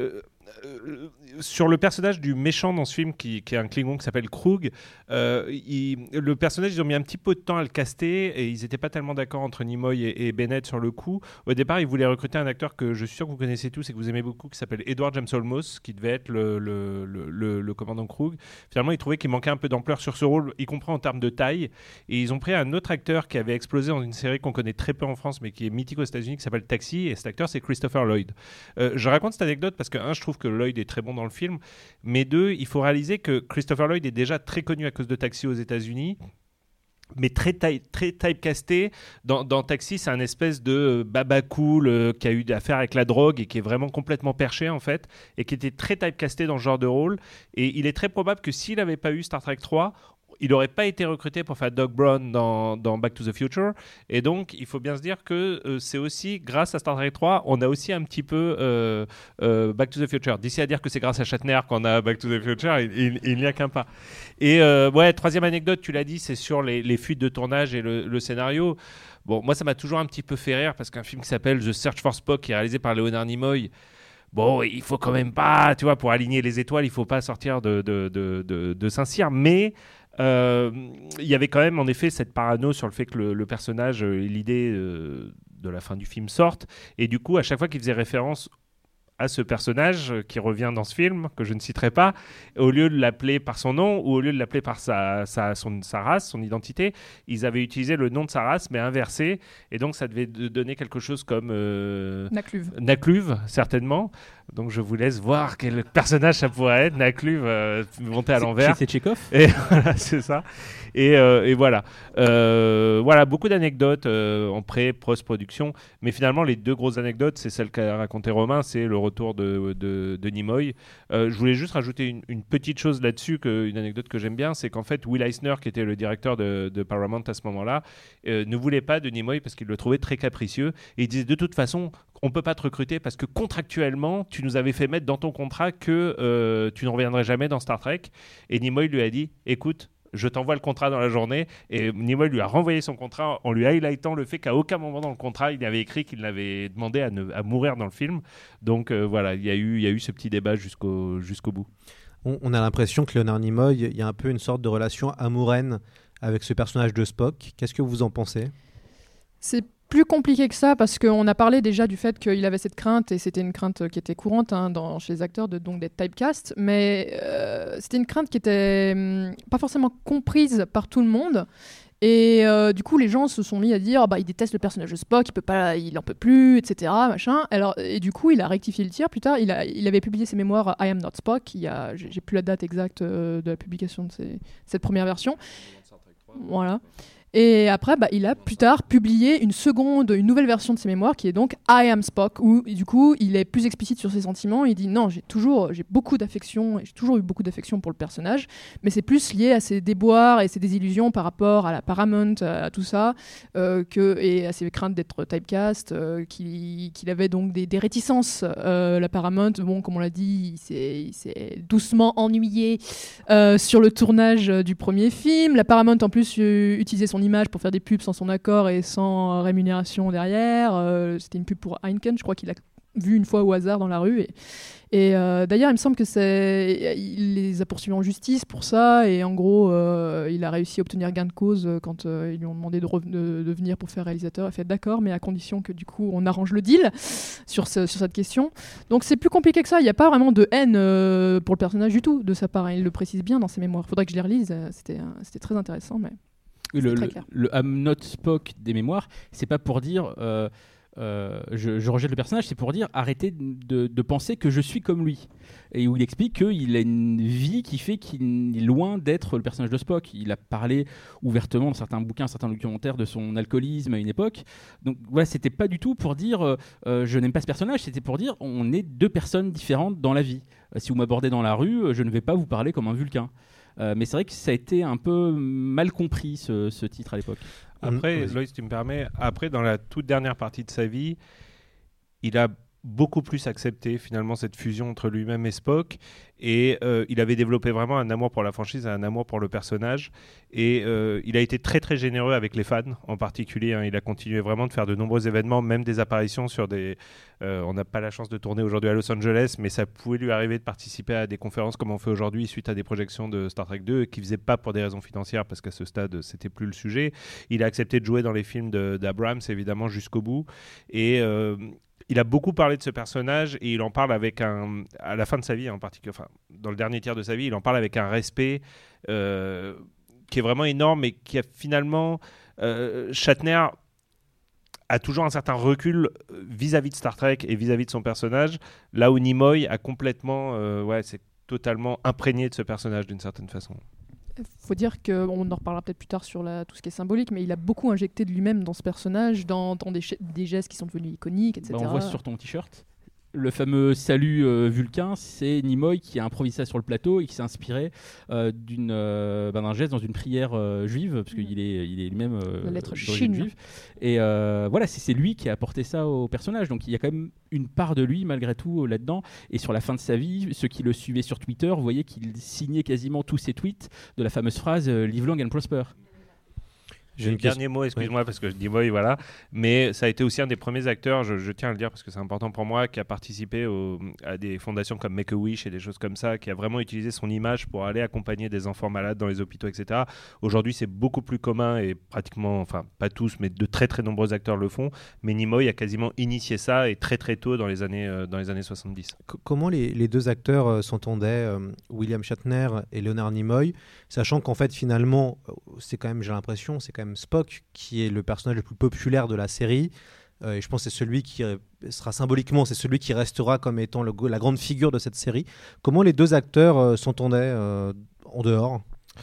euh, sur le personnage du méchant dans ce film, qui, qui est un Klingon qui s'appelle Krug, euh, il, le personnage, ils ont mis un petit peu de temps à le caster et ils n'étaient pas tellement d'accord entre Nimoy et, et Bennett sur le coup. Au départ, ils voulaient recruter un acteur que je suis sûr que vous connaissez tous et que vous aimez beaucoup, qui s'appelle Edward James Olmos, qui devait être le, le, le, le, le commandant Krug. Finalement, ils trouvaient qu'il manquait un peu d'ampleur sur ce rôle, y compris en termes de taille. Et ils ont pris un autre acteur qui avait explosé dans une série qu'on connaît très peu en France, mais qui est mythique aux États-Unis, qui s'appelle Taxi. Et cet acteur, c'est Christopher Lloyd. Euh, je raconte cette anecdote parce que, un, je trouve que Lloyd est très bon dans le film, mais deux, il faut réaliser que Christopher Lloyd est déjà très connu à cause de Taxi aux États-Unis, mais très, ty- très typecasté. Dans, dans Taxi, c'est un espèce de baba cool euh, qui a eu affaire avec la drogue et qui est vraiment complètement perché en fait, et qui était très typecasté dans ce genre de rôle. Et il est très probable que s'il n'avait pas eu Star Trek trois, il n'aurait pas été recruté pour faire Doc Brown dans, dans Back to the Future. Et donc, il faut bien se dire que euh, c'est aussi grâce à Star Trek trois, on a aussi un petit peu euh, euh, Back to the Future. D'ici à dire que c'est grâce à Shatner qu'on a Back to the Future, il, il, il n'y a qu'un pas. Et euh, ouais, troisième anecdote, tu l'as dit, c'est sur les, les fuites de tournage et le, le scénario. Bon, moi, ça m'a toujours un petit peu fait rire parce qu'un film qui s'appelle The Search for Spock, qui est réalisé par Leonard Nimoy, bon, il faut quand même pas, tu vois, pour aligner les étoiles, il faut pas sortir de, de, de, de, de Saint-Cyr, mais euh, il y avait quand même en effet cette parano sur le fait que le, le personnage et l'idée euh, de la fin du film sortent, et du coup, à chaque fois qu'il faisait référence à ce personnage qui revient dans ce film, que je ne citerai pas, au lieu de l'appeler par son nom ou au lieu de l'appeler par sa, sa, son, sa race, son identité, ils avaient utilisé le nom de sa race, mais inversé, et donc ça devait de donner quelque chose comme... Euh, Nacluve. Nacluve, certainement. Donc je vous laisse voir quel personnage ça pourrait être, Nacluve, euh, monté à l'envers. C'est Tchekhov. Et voilà, c'est ça. Et, euh, et voilà. Euh, voilà, beaucoup d'anecdotes euh, en pré, post-production, mais finalement les deux grosses anecdotes, c'est celle qu'a raconté Romain, c'est le retour de, de, de Nimoy. Euh, je voulais juste rajouter une, une petite chose là-dessus, que, une anecdote que j'aime bien, c'est qu'en fait Will Eisner, qui était le directeur de, de Paramount à ce moment-là, euh, ne voulait pas de Nimoy parce qu'il le trouvait très capricieux, et il disait de toute façon, on ne peut pas te recruter parce que contractuellement, tu nous avais fait mettre dans ton contrat que euh, tu ne reviendrais jamais dans Star Trek. Et Nimoy lui a dit, écoute, je t'envoie le contrat dans la journée. Et Nimoy lui a renvoyé son contrat en lui highlightant le fait qu'à aucun moment dans le contrat, il avait écrit qu'il n'avait demandé à, ne, à mourir dans le film. Donc euh, voilà, il y a eu, il y a eu ce petit débat jusqu'au, jusqu'au bout. On, on a l'impression que Leonard Nimoy, il y a un peu une sorte de relation amoureuse avec ce personnage de Spock. Qu'est-ce que vous en pensez ? C'est plus compliqué que ça parce qu'on a parlé déjà du fait qu'il avait cette crainte, et c'était une crainte qui était courante hein, dans, chez les acteurs de, donc d'être typecast, mais euh, c'était une crainte qui était hum, pas forcément comprise par tout le monde. Et euh, du coup, les gens se sont mis à dire oh, bah, il déteste le personnage de Spock, il peut pas, il en peut plus, et cetera. Machin. Alors, et du coup, il a rectifié le tir. Plus tard, il, a, il avait publié ses mémoires I Am Not Spock. Il y a, j'ai, j'ai plus la date exacte euh, de la publication de ces, cette première version. Voilà. Et après, bah, il a plus tard publié une seconde, une nouvelle version de ses mémoires qui est donc I Am Spock, où du coup, il est plus explicite sur ses sentiments. Il dit non, j'ai toujours, j'ai beaucoup d'affection, et j'ai toujours eu beaucoup d'affection pour le personnage, mais c'est plus lié à ses déboires et ses désillusions par rapport à la Paramount, à, à tout ça, euh, que, et à ses craintes d'être typecast, euh, qu'il, qu'il avait donc des, des réticences. Euh, la Paramount, bon, comme on l'a dit, il s'est, il s'est doucement ennuyé euh, sur le tournage du premier film. La Paramount, en plus, euh, utilisait son image pour faire des pubs sans son accord et sans rémunération derrière. Euh, c'était une pub pour Heineken, je crois qu'il a vu une fois au hasard dans la rue. Et, et euh, d'ailleurs, il me semble que c'est, il les a poursuivis en justice pour ça. Et en gros, euh, il a réussi à obtenir gain de cause quand euh, ils lui ont demandé de, re- de, de venir pour faire réalisateur. Il a fait d'accord, mais à condition que du coup, on arrange le deal sur, ce, sur cette question. Donc c'est plus compliqué que ça. Il n'y a pas vraiment de haine euh, pour le personnage du tout de sa part. Il le précise bien dans ses mémoires. Il faudrait que je les relise. C'était, c'était très intéressant, mais... Le, le, le I'm not Spock des mémoires, c'est pas pour dire euh, euh, je, je rejette le personnage, c'est pour dire arrêtez de, de penser que je suis comme lui. Et où il explique qu'il a une vie qui fait qu'il est loin d'être le personnage de Spock. Il a parlé ouvertement dans certains bouquins, certains documentaires de son alcoolisme à une époque. Donc voilà, c'était pas du tout pour dire euh, euh, je n'aime pas ce personnage, c'était pour dire on est deux personnes différentes dans la vie. Euh, si vous m'abordez dans la rue, je ne vais pas vous parler comme un Vulcain. Euh, mais c'est vrai que ça a été un peu mal compris ce, ce titre à l'époque. Après, Loïs, tu me permets, après, dans la toute dernière partie de sa vie, il a beaucoup plus accepté finalement cette fusion entre lui-même et Spock, et euh, il avait développé vraiment un amour pour la franchise, un amour pour le personnage, et euh, il a été très très généreux avec les fans en particulier, hein. Il a continué vraiment de faire de nombreux événements, même des apparitions sur des... Euh, on n'a pas la chance de tourner aujourd'hui à Los Angeles, mais ça pouvait lui arriver de participer à des conférences comme on fait aujourd'hui suite à des projections de Star Trek deux, qui ne faisait pas pour des raisons financières, parce qu'à ce stade c'était plus le sujet. Il a accepté de jouer dans les films de, d'Abrams évidemment jusqu'au bout, et euh, il a beaucoup parlé de ce personnage, et il en parle avec un, à la fin de sa vie en particulier, enfin dans le dernier tiers de sa vie, il en parle avec un respect euh, qui est vraiment énorme, et qui a finalement euh, Shatner a toujours un certain recul vis-à-vis de Star Trek et vis-à-vis de son personnage, là où Nimoy a complètement, euh, ouais, c'est totalement imprégné de ce personnage d'une certaine façon. Il faut dire qu'on en reparlera peut-être plus tard sur la, tout ce qui est symbolique, mais il a beaucoup injecté de lui-même dans ce personnage, dans, dans des, des gestes qui sont devenus iconiques, et cetera. Bah on voit sur ton t-shirt. Le fameux salut euh, Vulcain, c'est Nimoy qui a improvisé ça sur le plateau et qui s'est inspiré euh, d'une, euh, ben, d'un geste dans une prière euh, juive, parce qu'il est, il est lui-même euh, la lettre d'origine juive. Et euh, voilà, c'est, c'est lui qui a apporté ça au personnage. Donc il y a quand même une part de lui, malgré tout, euh, là-dedans. Et sur la fin de sa vie, ceux qui le suivaient sur Twitter, vous voyez qu'il signait quasiment tous ses tweets de la fameuse phrase euh, « Live long and prosper ». J'ai le dernier mot, excuse-moi, oui. parce que je dis oui, voilà. Mais ça a été aussi un des premiers acteurs, je, je tiens à le dire parce que c'est important pour moi, qui a participé au, à des fondations comme Make-A-Wish et des choses comme ça, qui a vraiment utilisé son image pour aller accompagner des enfants malades dans les hôpitaux, et cetera. Aujourd'hui, c'est beaucoup plus commun et pratiquement, enfin, pas tous, mais de très très nombreux acteurs le font. Mais Nimoy a quasiment initié ça, et très très tôt dans les années, euh, dans les années soixante-dix. C- comment les, les deux acteurs euh, s'entendaient, euh, William Shatner et Leonard Nimoy, sachant qu'en fait, finalement, c'est quand même, j'ai l'impression, c'est quand même Spock qui est le personnage le plus populaire de la série, euh, et je pense que c'est celui qui sera symboliquement, c'est celui qui restera comme étant le, la grande figure de cette série. Comment les deux acteurs euh, s'entendaient euh, en dehors ?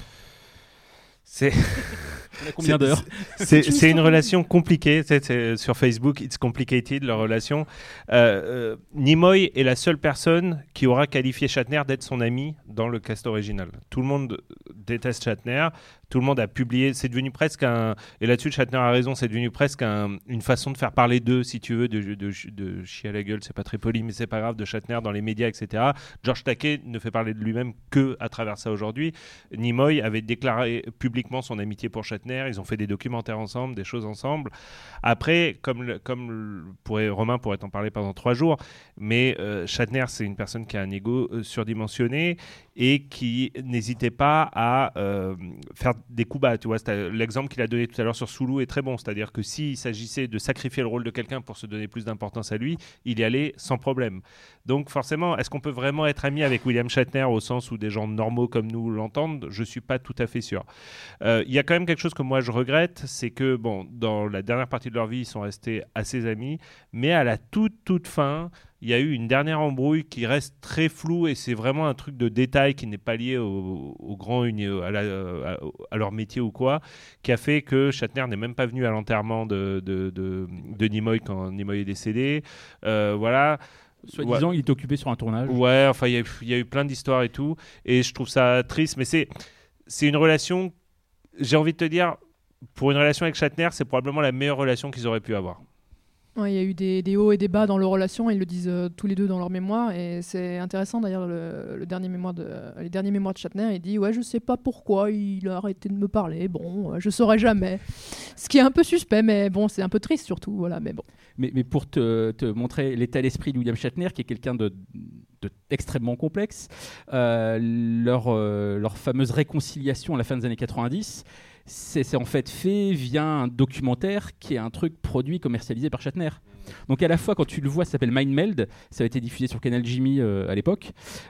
C'est... On a combien d'heures ? C'est, c'est, c'est une relation compliquée. C'est, c'est, sur Facebook, it's complicated, leur relation. Euh, euh, Nimoy est la seule personne qui aura qualifié Shatner d'être son ami dans le cast original. Tout le monde déteste Shatner. Tout le monde a publié. C'est devenu presque un... Et là-dessus, Shatner a raison. C'est devenu presque un, une façon de faire parler d'eux, si tu veux, de, de, de, de chier à la gueule. C'est pas très poli, mais c'est pas grave, de Shatner dans les médias, et cetera. George Takei ne fait parler de lui-même que à travers ça aujourd'hui. Nimoy avait déclaré publiquement son amitié pour Shatner. Ils ont fait des documentaires ensemble, des choses ensemble. Après, comme, le, comme le, pourrait, Romain pourrait en parler pendant trois jours, mais euh, Shatner, c'est une personne qui a un ego euh, surdimensionné et qui n'hésitait pas à euh, faire des coups bas. Tu vois, l'exemple qu'il a donné tout à l'heure sur Sulu est très bon. C'est-à-dire que s'il s'agissait de sacrifier le rôle de quelqu'un pour se donner plus d'importance à lui, il y allait sans problème. Donc forcément, est-ce qu'on peut vraiment être ami avec William Shatner au sens où des gens normaux comme nous l'entendent ? Je ne suis pas tout à fait sûr. Il euh, y a quand même quelque chose que moi je regrette, c'est que bon, dans la dernière partie de leur vie, ils sont restés assez amis, mais à la toute toute fin, il y a eu une dernière embrouille qui reste très floue, et c'est vraiment un truc de détail qui n'est pas lié au, au grand à, la, à, à leur métier ou quoi, qui a fait que Shatner n'est même pas venu à l'enterrement de, de, de, de Nimoy quand Nimoy est décédé. Euh, voilà. Soi-disant, ouais. il est occupé sur un tournage. Ouais, enfin, il y, y a eu plein d'histoires et tout, et je trouve ça triste, mais c'est, c'est une relation, j'ai envie de te dire, pour une relation avec Shatner, c'est probablement la meilleure relation qu'ils auraient pu avoir. Ouais, il y a eu des, des hauts et des bas dans leur relation, ils le disent euh, tous les deux dans leur mémoire, et c'est intéressant d'ailleurs, le, le dernier mémoire de, les derniers mémoires de Shatner, il dit « Ouais, je sais pas pourquoi il a arrêté de me parler, bon, euh, je saurais jamais ». Ce qui est un peu suspect, mais bon, c'est un peu triste surtout, voilà, mais bon. Mais, mais pour te, te montrer l'état d'esprit de William Shatner, qui est quelqu'un de, de extrêmement complexe, euh, leur, euh, leur fameuse réconciliation à la fin des années quatre-vingt-dix, C'est, c'est en fait fait via un documentaire qui est un truc produit, commercialisé par Shatner. Donc à la fois, quand tu le vois, ça s'appelle Mind Meld, ça a été diffusé sur Canal Jimmy euh, à l'époque.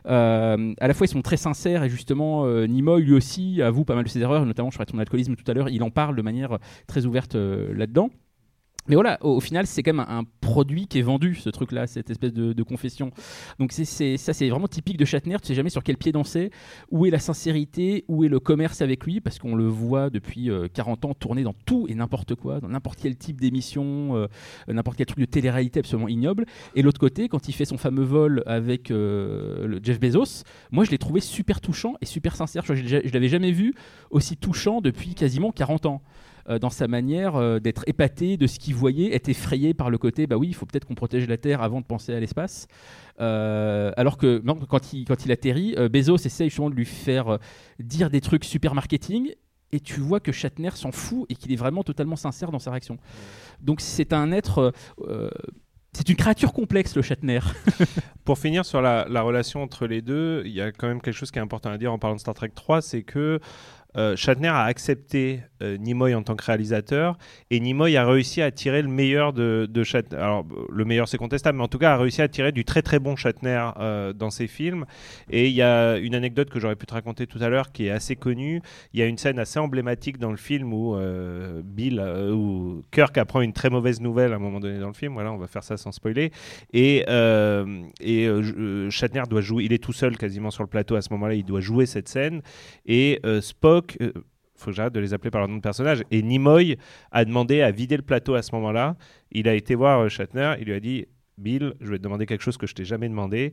Euh, à la fois, ils sont très sincères, et justement, euh, Nimoy, lui aussi, avoue pas mal de ses erreurs, notamment, je parlais de son alcoolisme tout à l'heure, il en parle de manière très ouverte euh, là-dedans. Mais voilà, au, au final, c'est quand même un, un produit qui est vendu, ce truc-là, cette espèce de, de confession. Donc c'est, c'est, ça, c'est vraiment typique de Shatner. Tu sais jamais sur quel pied danser, où est la sincérité, où est le commerce avec lui, parce qu'on le voit depuis euh, quarante ans tourner dans tout et n'importe quoi, dans n'importe quel type d'émission, euh, n'importe quel truc de télé-réalité absolument ignoble. Et l'autre côté, quand il fait son fameux vol avec euh, le Jeff Bezos, moi je l'ai trouvé super touchant et super sincère. Je, je, je l'avais jamais vu aussi touchant depuis quasiment quarante ans. Euh, dans sa manière euh, d'être épaté de ce qu'il voyait, être effrayé par le côté, bah oui, il faut peut-être qu'on protège la Terre avant de penser à l'espace. Euh, alors que non, quand, il, quand il atterrit, euh, Bezos essaye justement de lui faire euh, dire des trucs super marketing, et tu vois que Shatner s'en fout et qu'il est vraiment totalement sincère dans sa réaction. Donc c'est un être... Euh, c'est une créature complexe, le Shatner. Pour finir sur la, la relation entre les deux, il y a quand même quelque chose qui est important à dire en parlant de Star Trek trois, c'est que Euh, Shatner a accepté euh, Nimoy en tant que réalisateur, et Nimoy a réussi à tirer le meilleur de, de Shatner. Alors le meilleur c'est contestable, mais en tout cas a réussi à tirer du très très bon Shatner euh, dans ses films. Et il y a une anecdote que j'aurais pu te raconter tout à l'heure qui est assez connue. Il y a une scène assez emblématique dans le film où euh, Bill, euh, où Kirk apprend une très mauvaise nouvelle à un moment donné dans le film. Voilà, on va faire ça sans spoiler. Et, euh, et euh, Shatner doit jouer. Il est tout seul quasiment sur le plateau à ce moment-là. Il doit jouer cette scène. Et euh, Spock Il euh, faut que j'arrête de les appeler par leur nom de personnage. Et Nimoy a demandé à vider le plateau à ce moment-là. Il a été voir euh, Shatner. Il lui a dit « Bill, je vais te demander quelque chose que je t'ai jamais demandé.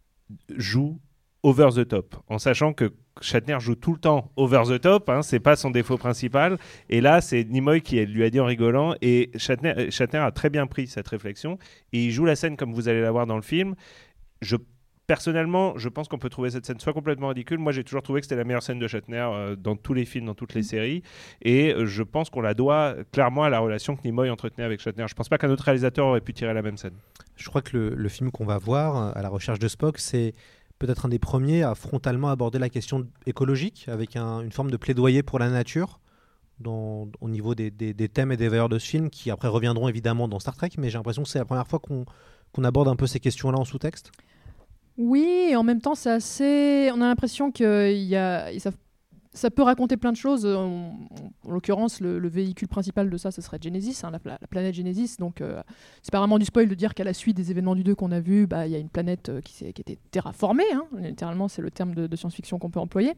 Joue over the top. » En sachant que Shatner joue tout le temps over the top. Hein, c'est pas son défaut principal. Et là, c'est Nimoy qui lui a dit en rigolant. Et Shatner, Shatner a très bien pris cette réflexion. Et il joue la scène comme vous allez la voir dans le film. Je Personnellement, je pense qu'on peut trouver cette scène soit complètement ridicule. Moi, j'ai toujours trouvé que c'était la meilleure scène de Shatner euh, dans tous les films, dans toutes les séries. Et euh, je pense qu'on la doit clairement à la relation que Nimoy entretenait avec Shatner. Je ne pense pas qu'un autre réalisateur aurait pu tirer la même scène. Je crois que le, le film qu'on va voir, À la recherche de Spock, c'est peut-être un des premiers à frontalement aborder la question écologique, avec un, une forme de plaidoyer pour la nature, dans, au niveau des, des, des thèmes et des valeurs de ce film, qui après reviendront évidemment dans Star Trek, mais j'ai l'impression que c'est la première fois qu'on, qu'on aborde un peu ces questions-là en sous-texte. Oui, et en même temps, c'est assez... on a l'impression que y a... ça... ça peut raconter plein de choses. En, en l'occurrence, le, le véhicule principal de ça, ce serait Genesis, hein, la, la planète Genesis. Donc, euh, c'est pas vraiment du spoil de dire qu'à la suite des événements du deux qu'on a vus, bah, y a une planète euh, qui, s'est, qui a été terraformée. Hein. Littéralement, c'est le terme de, de science-fiction qu'on peut employer.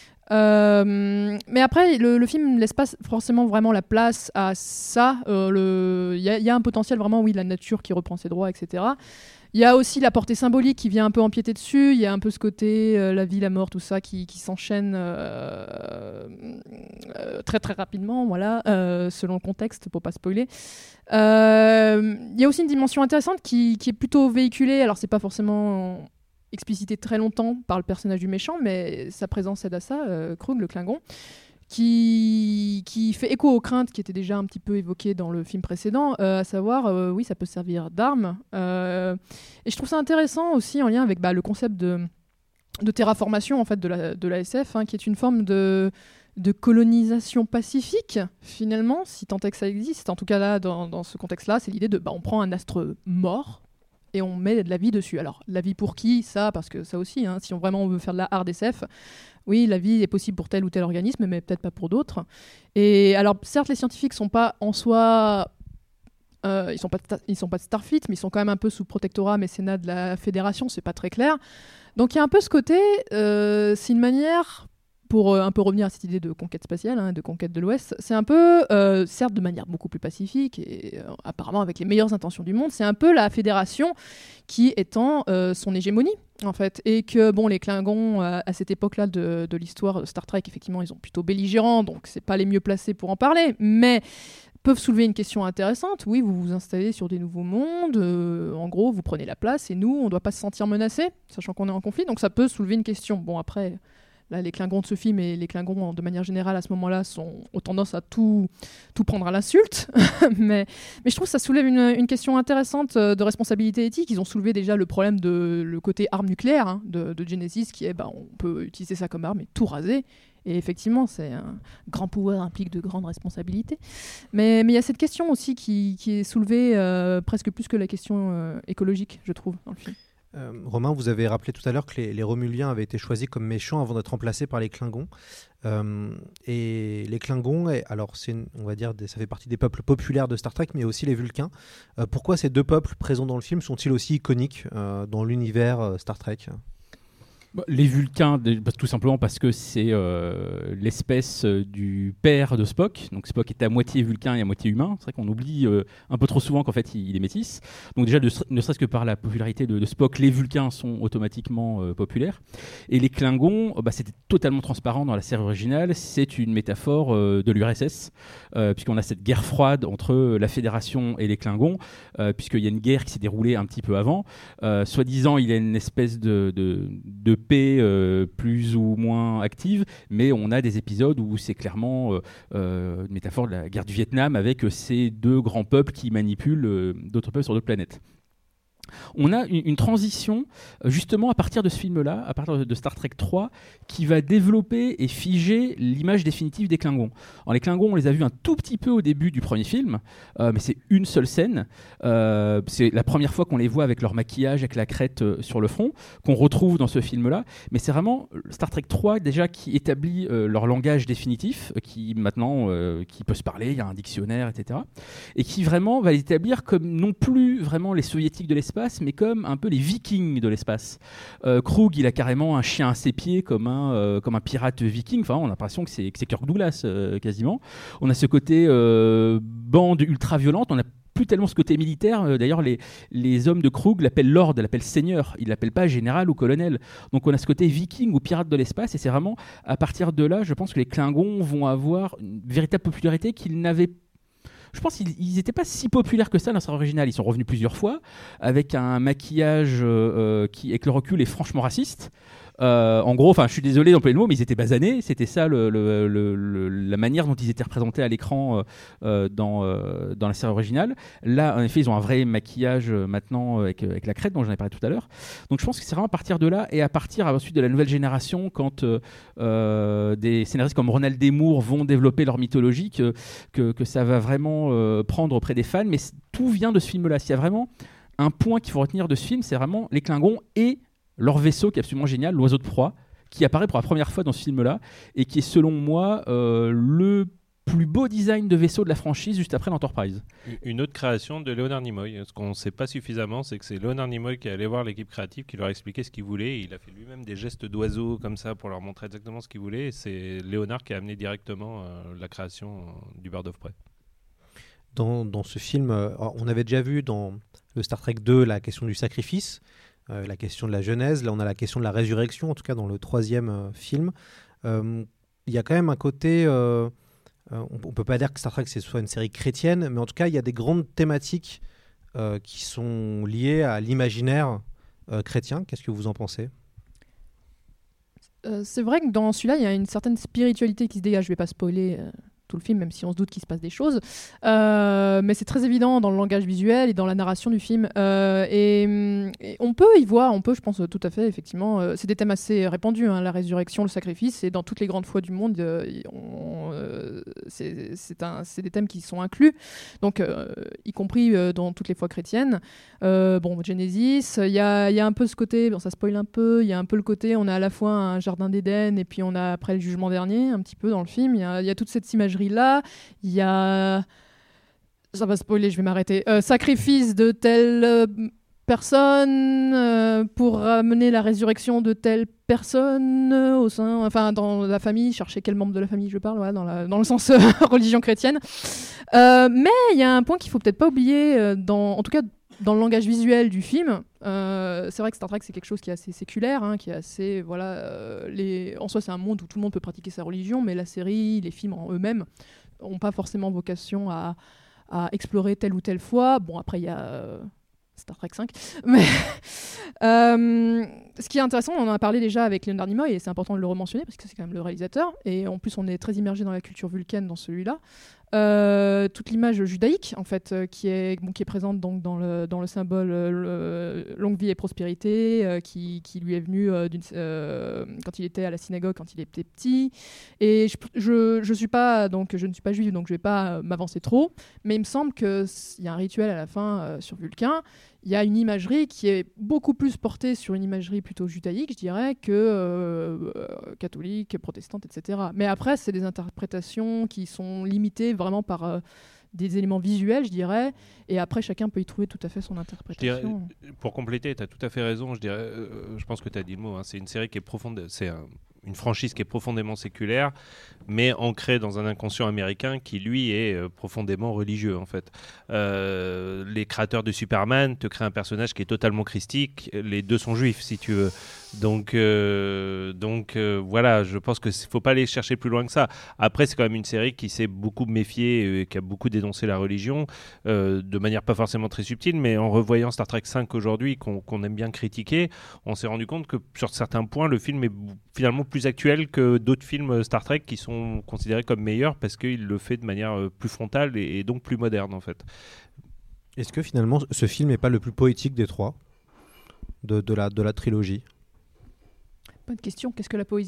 Euh, mais après, le, le film ne laisse pas forcément vraiment la place à ça. Il euh, y, y a un potentiel vraiment, oui, de la nature qui reprend ses droits, et cetera. Il y a aussi la portée symbolique qui vient un peu empiéter dessus. Il y a un peu ce côté, euh, la vie, la mort, tout ça qui, qui s'enchaîne euh, euh, très très rapidement, voilà, euh, selon le contexte, pour pas spoiler. Euh, il y a aussi une dimension intéressante qui, qui est plutôt véhiculée. Alors, c'est pas forcément explicité très longtemps par le personnage du méchant, mais sa présence aide à ça, euh, Krug, le Klingon. Qui, qui fait écho aux craintes qui étaient déjà un petit peu évoquées dans le film précédent, euh, à savoir, euh, oui, ça peut servir d'arme. Euh, et je trouve ça intéressant aussi en lien avec bah, le concept de, de terraformation en fait, de, la, de la S F, hein, qui est une forme de, de colonisation pacifique, finalement, si tant est que ça existe. En tout cas, là, dans, dans ce contexte-là, c'est l'idée de, bah, on prend un astre mort, et on met de la vie dessus. Alors, la vie pour qui ? Ça, parce que ça aussi, hein, si on vraiment on veut faire de la hard S F, oui, la vie est possible pour tel ou tel organisme, mais peut-être pas pour d'autres. Et alors, certes, les scientifiques sont pas en soi... Euh, ils sont pas ils sont pas de Starfleet, mais ils sont quand même un peu sous protectorat mécénat de la Fédération, c'est pas très clair. Donc, il y a un peu ce côté... Euh, c'est une manière... Pour euh, un peu revenir à cette idée de conquête spatiale, hein, de conquête de l'Ouest, c'est un peu, euh, certes de manière beaucoup plus pacifique et euh, apparemment avec les meilleures intentions du monde, c'est un peu la Fédération qui étend euh, son hégémonie, en fait. Et que, bon, les Klingons, euh, à cette époque-là de, de l'histoire de Star Trek, effectivement, ils sont plutôt belligérants, donc c'est pas les mieux placés pour en parler, mais peuvent soulever une question intéressante. Oui, vous vous installez sur des nouveaux mondes, euh, en gros, vous prenez la place, et nous, on doit pas se sentir menacés, sachant qu'on est en conflit, donc ça peut soulever une question. Bon, après... Là, les Klingons de ce film et les Klingons, de manière générale, à ce moment-là, sont, ont tendance à tout, tout prendre à l'insulte. mais, mais je trouve que ça soulève une, une question intéressante de responsabilité éthique. Ils ont soulevé déjà le problème de le côté arme nucléaire hein, de, de Genesis, qui est bah, on peut utiliser ça comme arme et tout raser. Et effectivement, c'est un grand pouvoir implique de grandes responsabilités. Mais il y a cette question aussi qui, qui est soulevée euh, presque plus que la question euh, écologique, je trouve, dans le film. Euh, Romain, vous avez rappelé tout à l'heure que les, les Romuliens avaient été choisis comme méchants avant d'être remplacés par les Klingons. Euh, et les Klingons, et, alors c'est une, on va dire, des, ça fait partie des peuples populaires de Star Trek, mais aussi les Vulcains. Euh, pourquoi ces deux peuples présents dans le film sont-ils aussi iconiques euh, dans l'univers euh, Star Trek ? Les Vulcains, tout simplement parce que c'est euh, l'espèce du père de Spock. Donc Spock est à moitié vulcain et à moitié humain. C'est vrai qu'on oublie euh, un peu trop souvent qu'en fait il est métis. Donc déjà, de, ne serait-ce que par la popularité de, de Spock, les Vulcains sont automatiquement euh, populaires. Et les Klingons, bah, c'était totalement transparent dans la série originale. C'est une métaphore euh, de l'U R S S, euh, puisqu'on a cette guerre froide entre la Fédération et les Klingons, euh, puisqu'il y a une guerre qui s'est déroulée un petit peu avant. Euh, soi-disant, il y a une espèce de, de, de paix euh, plus ou moins active, mais on a des épisodes où c'est clairement euh, euh, une métaphore de la guerre du Vietnam avec euh, ces deux grands peuples qui manipulent euh, d'autres peuples sur d'autres planètes. On a une, une transition justement à partir de ce film-là, à partir de Star Trek trois, qui va développer et figer l'image définitive des Klingons. Alors, les Klingons, on les a vus un tout petit peu au début du premier film, euh, mais c'est une seule scène. Euh, c'est la première fois qu'on les voit avec leur maquillage, avec la crête euh, sur le front, qu'on retrouve dans ce film-là. Mais c'est vraiment Star Trek trois déjà qui établit euh, leur langage définitif, euh, qui maintenant euh, qui peut se parler, il y a un dictionnaire, et cetera. Et qui vraiment va les établir comme non plus vraiment les soviétiques de l'espace, mais comme un peu les Vikings de l'espace. Euh, Krug, il a carrément un chien à ses pieds comme un, euh, comme un pirate viking. Enfin, on a l'impression que c'est, que c'est Kirk Douglas, euh, quasiment. On a ce côté euh, bande ultra-violente. On a plus tellement ce côté militaire. Euh, d'ailleurs, les, les hommes de Krug l'appellent Lord, l'appellent Seigneur. Ils l'appellent pas général ou colonel. Donc, on a ce côté viking ou pirate de l'espace. Et c'est vraiment à partir de là, je pense que les Klingons vont avoir une véritable popularité qu'ils n'avaient pas. Je pense qu'ils n'étaient pas si populaires que ça dans la série originale. Ils sont revenus plusieurs fois avec un maquillage euh, qui, avec le recul, est franchement raciste. Euh, en gros, enfin, je suis désolé d'employer le mot, mais ils étaient basanés. C'était ça le, le, le, le, la manière dont ils étaient représentés à l'écran euh, dans, euh, dans la série originale. Là, en effet, ils ont un vrai maquillage euh, maintenant avec, avec la crête dont j'en ai parlé tout à l'heure. Donc, je pense que c'est vraiment à partir de là et à partir ensuite de la nouvelle génération, quand euh, euh, des scénaristes comme Ronald D. Moore vont développer leur mythologie, que, que, que ça va vraiment euh, prendre auprès des fans. Mais tout vient de ce film-là. S'il y a vraiment un point qu'il faut retenir de ce film, c'est vraiment les Klingons et leur vaisseau qui est absolument génial, l'oiseau de proie, qui apparaît pour la première fois dans ce film-là et qui est selon moi euh, le plus beau design de vaisseau de la franchise juste après l'Enterprise. Une autre création de Leonard Nimoy. Ce qu'on ne sait pas suffisamment, c'est que c'est Leonard Nimoy qui est allé voir l'équipe créative, qui leur a expliqué ce qu'il voulait. Et il a fait lui-même des gestes d'oiseau comme ça pour leur montrer exactement ce qu'il voulait. Et c'est Leonard qui a amené directement euh, la création euh, du Bird of Prey. Dans, dans ce film, euh, on avait déjà vu dans le Star Trek deux la question du sacrifice. Euh, la question de la Genèse, là on a la question de la résurrection, en tout cas dans le troisième euh, film. Il euh, y a quand même un côté, euh, euh, on ne peut pas dire que Star Trek c'est soit une série chrétienne, mais en tout cas il y a des grandes thématiques euh, qui sont liées à l'imaginaire euh, chrétien. Qu'est-ce que vous en pensez ? euh, C'est vrai que dans celui-là il y a une certaine spiritualité qui se dégage, je ne vais pas spoiler euh... tout le film, même si on se doute qu'il se passe des choses. Euh, mais c'est très évident dans le langage visuel et dans la narration du film. Euh, et, et on peut y voir, on peut, je pense, tout à fait, effectivement. Euh, c'est des thèmes assez répandus, hein, la résurrection, le sacrifice, et dans toutes les grandes foi du monde, euh, on, euh, c'est, c'est, un, c'est des thèmes qui sont inclus, donc euh, y compris euh, dans toutes les foi chrétiennes. Euh, bon, Genesis, il y a, y a un peu ce côté, bon, ça spoil un peu, il y a un peu le côté, on a à la fois un jardin d'Éden, et puis on a après le jugement dernier, un petit peu dans le film. Il y a, y a toute cette imagerie là, il y a, ça va spoiler, je vais m'arrêter, euh, sacrifice de telle euh, personne euh, pour amener la résurrection de telle personne euh, au sein, enfin dans la famille, chercher quel membre de la famille je parle, voilà, dans, la, dans le sens euh, religion chrétienne. Euh, mais il y a un point qu'il faut peut-être pas oublier, euh, dans, en tout cas dans le langage visuel du film. Euh, c'est vrai que Star Trek c'est quelque chose qui est assez séculaire, hein, qui est assez, voilà, euh, les... en soi c'est un monde où tout le monde peut pratiquer sa religion, mais la série, les films en eux-mêmes n'ont pas forcément vocation à, à explorer telle ou telle foi. Bon, après il y a euh, Star Trek cinq, mais euh, ce qui est intéressant, on en a parlé déjà avec Leonard Nimoy et c'est important de le rementionner parce que c'est quand même le réalisateur, et en plus on est très immergé dans la culture vulcaine dans celui-là. Euh, toute l'image judaïque en fait euh, qui est bon, qui est présente donc dans le dans le symbole euh, le, longue vie et prospérité euh, qui qui lui est venu euh, d'une, euh, quand il était à la synagogue quand il était petit, et je je je suis pas donc je ne suis pas juif donc je vais pas euh, m'avancer trop, mais il me semble que il y a un rituel à la fin euh, sur Vulcain. Il y a une imagerie qui est beaucoup plus portée sur une imagerie plutôt judaïque, je dirais, que euh, catholique, protestante, et cetera. Mais après, c'est des interprétations qui sont limitées vraiment par euh, des éléments visuels, je dirais, et après chacun peut y trouver tout à fait son interprétation. Je dirais, pour compléter, tu as tout à fait raison, je, dirais, euh, je pense que tu as dit le mot, hein, c'est une série qui est profonde, c'est un, une franchise qui est profondément séculaire, mais ancrée dans un inconscient américain qui, lui, est euh, profondément religieux, en fait. Euh, les créateurs de Superman te créent un personnage qui est totalement christique, les deux sont juifs, si tu veux. Donc, euh, donc euh, voilà, je pense qu'il ne faut pas aller chercher plus loin que ça. Après, c'est quand même une série qui s'est beaucoup méfiée et qui a beaucoup dénoncé la religion, euh, de manière pas forcément très subtile, mais en revoyant Star Trek cinq aujourd'hui, qu'on, qu'on aime bien critiquer, on s'est rendu compte que sur certains points, le film est finalement plus actuel que d'autres films Star Trek qui sont considérés comme meilleurs parce qu'il le fait de manière plus frontale et, et donc plus moderne, en fait. Est-ce que finalement, ce film n'est pas le plus poétique des trois de, de, la, de la trilogie ? Bonne question, qu'est-ce que la poésie ?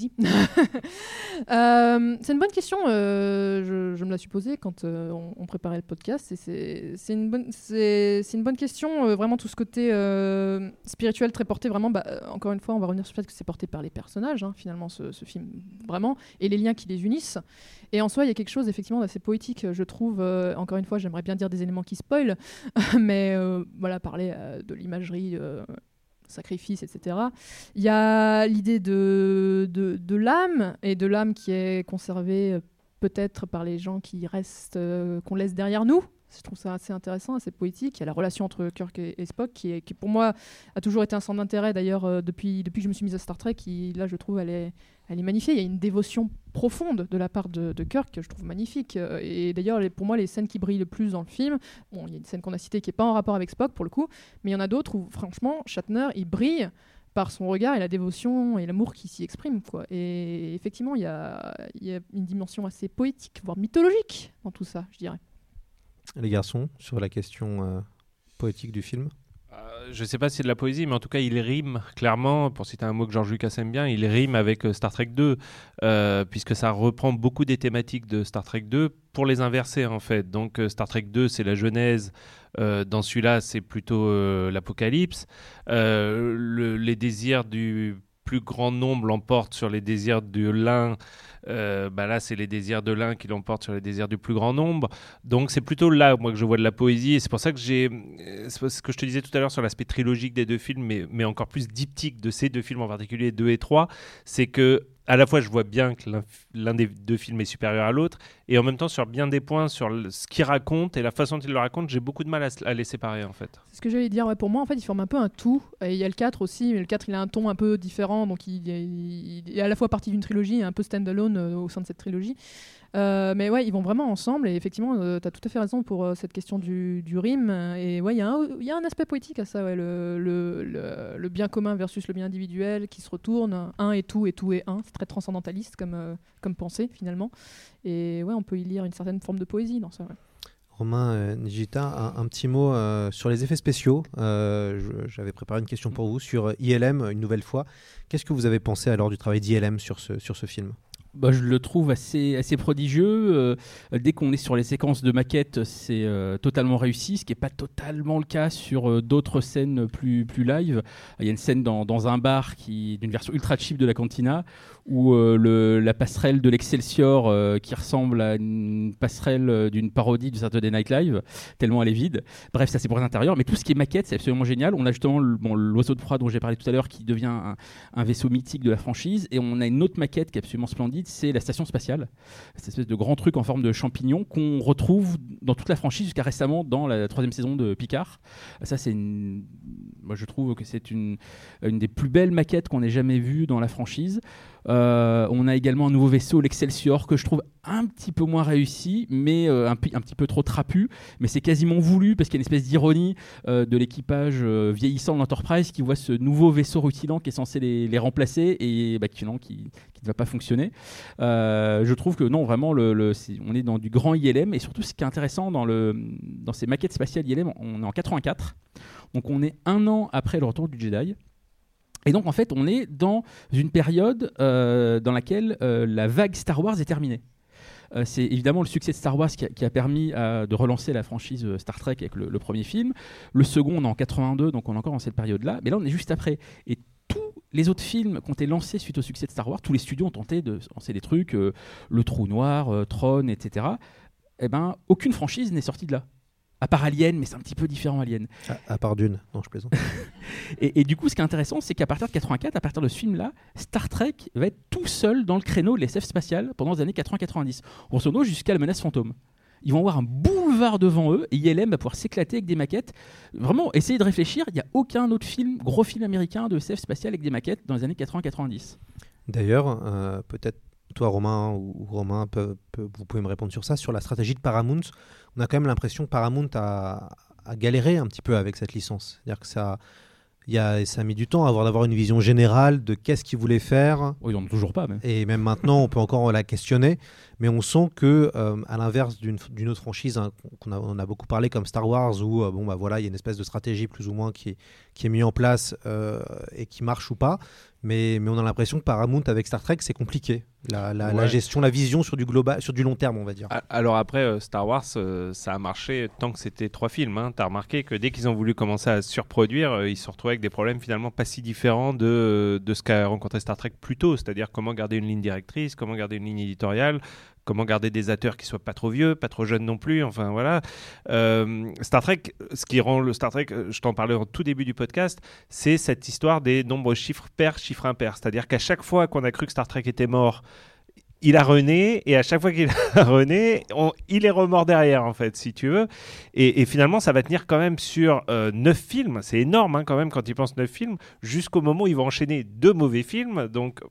euh, C'est une bonne question, euh, je, je me la suis posée quand euh, on, on préparait le podcast. Et c'est, c'est, une, bonne, c'est, c'est une bonne question, euh, vraiment tout ce côté euh, spirituel très porté, vraiment, bah, encore une fois, on va revenir sur le fait que c'est porté par les personnages, hein, finalement, ce, ce film, vraiment, et les liens qui les unissent. Et en soi, il y a quelque chose effectivement d'assez poétique, je trouve. Euh, encore une fois, j'aimerais bien dire des éléments qui spoilent, mais euh, voilà, parler euh, de l'imagerie... Euh, sacrifice, et cetera. Il y a l'idée de, de, de l'âme, et de l'âme qui est conservée euh, peut-être par les gens qui restent, euh, qu'on laisse derrière nous. Je trouve ça assez intéressant, assez poétique. Il y a la relation entre Kirk et, et Spock, qui, est, qui pour moi a toujours été un centre d'intérêt, d'ailleurs, euh, depuis, depuis que je me suis mise à Star Trek, qui, là, je trouve, elle est, elle est magnifiée. Il y a une dévotion profonde de la part de, de Kirk, que je trouve magnifique. Et d'ailleurs, les, pour moi, les scènes qui brillent le plus dans le film, bon, il y a une scène qu'on a citée qui n'est pas en rapport avec Spock, pour le coup, mais il y en a d'autres où, franchement, Shatner, il brille par son regard et la dévotion et l'amour qui s'y exprime, quoi. Et effectivement, il y a, il y a une dimension assez poétique, voire mythologique dans tout ça, je dirais. Les garçons, sur la question euh, poétique du film ? euh, Je ne sais pas si c'est de la poésie, mais en tout cas, il rime clairement, pour citer un mot que George Lucas aime bien, il rime avec euh, Star Trek deux, euh, puisque ça reprend beaucoup des thématiques de Star Trek deux pour les inverser, en fait. Donc, euh, Star Trek deux, c'est la Genèse. Euh, dans celui-là, c'est plutôt euh, l'Apocalypse. Euh, le, les désirs du plus grand nombre l'emportent sur les désirs de l'un. Euh, bah là, c'est les désirs de l'un qui l'emportent sur les désirs du plus grand nombre. Donc, c'est plutôt là, moi, que je vois de la poésie. Et c'est pour ça que j'ai... C'est ce que je te disais tout à l'heure sur l'aspect trilogique des deux films, mais, mais encore plus diptyque de ces deux films en particulier, deux et trois, c'est que à la fois, je vois bien que l'un, l'un des deux films est supérieur à l'autre, et en même temps, sur bien des points, sur le, ce qu'il raconte et la façon dont il le raconte, j'ai beaucoup de mal à, à les séparer, en fait. C'est ce que j'allais dire. Ouais, pour moi, en fait, ils forment un peu un tout. Et il y a le quatre aussi, mais le quatre, il a un ton un peu différent, donc il, il, il est à la fois partie d'une trilogie et un peu stand-alone euh, au sein de cette trilogie. Euh, mais ouais, ils vont vraiment ensemble, et effectivement, euh, tu as tout à fait raison pour euh, cette question du, du rime. Et ouais, il y, y a un aspect poétique à ça, ouais, le, le, le, le bien commun versus le bien individuel qui se retourne. Un est tout et tout est un. C'est très transcendentaliste comme, euh, comme pensée, finalement. Et ouais, on peut y lire une certaine forme de poésie dans ça. Ouais. Romain, euh, Nijita, un, un petit mot euh, sur les effets spéciaux. Euh, je, j'avais préparé une question pour vous sur I L M, une nouvelle fois. Qu'est-ce que vous avez pensé alors du travail d'I L M sur ce, sur ce film ? Bah, je le trouve assez, assez prodigieux. Euh, dès qu'on est sur les séquences de maquettes, c'est euh, totalement réussi, ce qui n'est pas totalement le cas sur euh, d'autres scènes plus, plus live. Il y a une scène dans, dans un bar qui, d'une version ultra cheap de la Cantina, où euh, le, la passerelle de l'Excelsior, euh, qui ressemble à une passerelle d'une parodie du Saturday Night Live, tellement elle est vide. Bref, ça c'est pour les intérieurs, mais tout ce qui est maquette, c'est absolument génial. On a justement le, bon, l'oiseau de proie dont j'ai parlé tout à l'heure, qui devient un, un vaisseau mythique de la franchise, et on a une autre maquette qui est absolument splendide, c'est la station spatiale, cette espèce de grand truc en forme de champignon qu'on retrouve dans toute la franchise jusqu'à récemment dans la troisième saison de Picard. Ça, c'est une... moi je trouve que c'est une, une des plus belles maquettes qu'on ait jamais vues dans la franchise. Euh, on a également un nouveau vaisseau, l'Excelsior, que je trouve un petit peu moins réussi, mais euh, un, p- un petit peu trop trapu, mais c'est quasiment voulu parce qu'il y a une espèce d'ironie euh, de l'équipage euh, vieillissant de l'Enterprise qui voit ce nouveau vaisseau rutilant qui est censé les, les remplacer et bah, qui, non, qui, qui ne va pas fonctionner. Euh, je trouve que non, vraiment, le, le, c'est, on est dans du grand I L M, et surtout ce qui est intéressant dans, le, dans ces maquettes spatiales I L M, on est en quatre-vingt-quatre, donc on est un an après le retour du Jedi. Et donc, en fait, on est dans une période euh, dans laquelle euh, la vague Star Wars est terminée. Euh, c'est évidemment le succès de Star Wars qui a, qui a permis euh, de relancer la franchise Star Trek avec le, le premier film. Le second, on est en quatre-vingt-deux, donc on est encore dans cette période-là. Mais là, on est juste après. Et tous les autres films qui ont été lancés suite au succès de Star Wars, tous les studios ont tenté de lancer des trucs, euh, Le Trou Noir, euh, Tron, et cetera. eh ben, aucune franchise n'est sortie de là. À part Alien, mais c'est un petit peu différent Alien. À, à part Dune, non je plaisante. et, et du coup, ce qui est intéressant, c'est qu'à partir de quatre-vingt-quatre, à partir de ce film-là, Star Trek va être tout seul dans le créneau de l'S F spatiale pendant les années quatre-vingts quatre-vingt-dix. Grosso modo, jusqu'à la menace fantôme. Ils vont avoir un boulevard devant eux et I L M va pouvoir s'éclater avec des maquettes. Vraiment, essayez de réfléchir, il n'y a aucun autre film, gros film américain de S F spatiale avec des maquettes dans les années quatre-vingts quatre-vingt-dix. D'ailleurs, euh, peut-être toi Romain ou Romain, peut, peut, vous pouvez me répondre sur ça, sur la stratégie de Paramount. On a quand même l'impression que Paramount a, a galéré un petit peu avec cette licence. C'est-à-dire que ça, y a, ça a mis du temps avant d'avoir une vision générale de qu'est-ce qu'ils voulaient faire. Oh, ils n'en ont toujours pas. Même. Et même maintenant, on peut encore la questionner. Mais on sent que, euh, à l'inverse d'une, d'une autre franchise hein, qu'on a, on a beaucoup parlé comme Star Wars, où euh, bon bah voilà, il y a une espèce de stratégie plus ou moins qui est, qui est mise en place euh, et qui marche ou pas. Mais, mais on a l'impression que Paramount avec Star Trek c'est compliqué. La, la, ouais. la gestion, la vision sur du global, sur du long terme, on va dire. Alors après, euh, Star Wars, euh, ça a marché tant que c'était trois films. Hein. T'as remarqué que dès qu'ils ont voulu commencer à surproduire, euh, ils se retrouvaient avec des problèmes finalement pas si différents de, de ce qu'a rencontré Star Trek plus tôt. C'est-à-dire comment garder une ligne directrice, comment garder une ligne éditoriale, comment garder des acteurs qui soient pas trop vieux, pas trop jeunes non plus. Enfin voilà. Euh, Star Trek, ce qui rend le Star Trek, je t'en parlais au tout début du podcast, c'est cette histoire des nombres chiffres pairs, chiffres impairs. C'est-à-dire qu'à chaque fois qu'on a cru que Star Trek était mort, il a rené, et à chaque fois qu'il a rené, on, il est remort derrière, en fait, si tu veux. Et, et finalement, ça va tenir quand même sur euh, neuf films. C'est énorme, hein, quand même, quand ils pensent neuf films, jusqu'au moment où ils vont enchaîner deux mauvais films. Donc,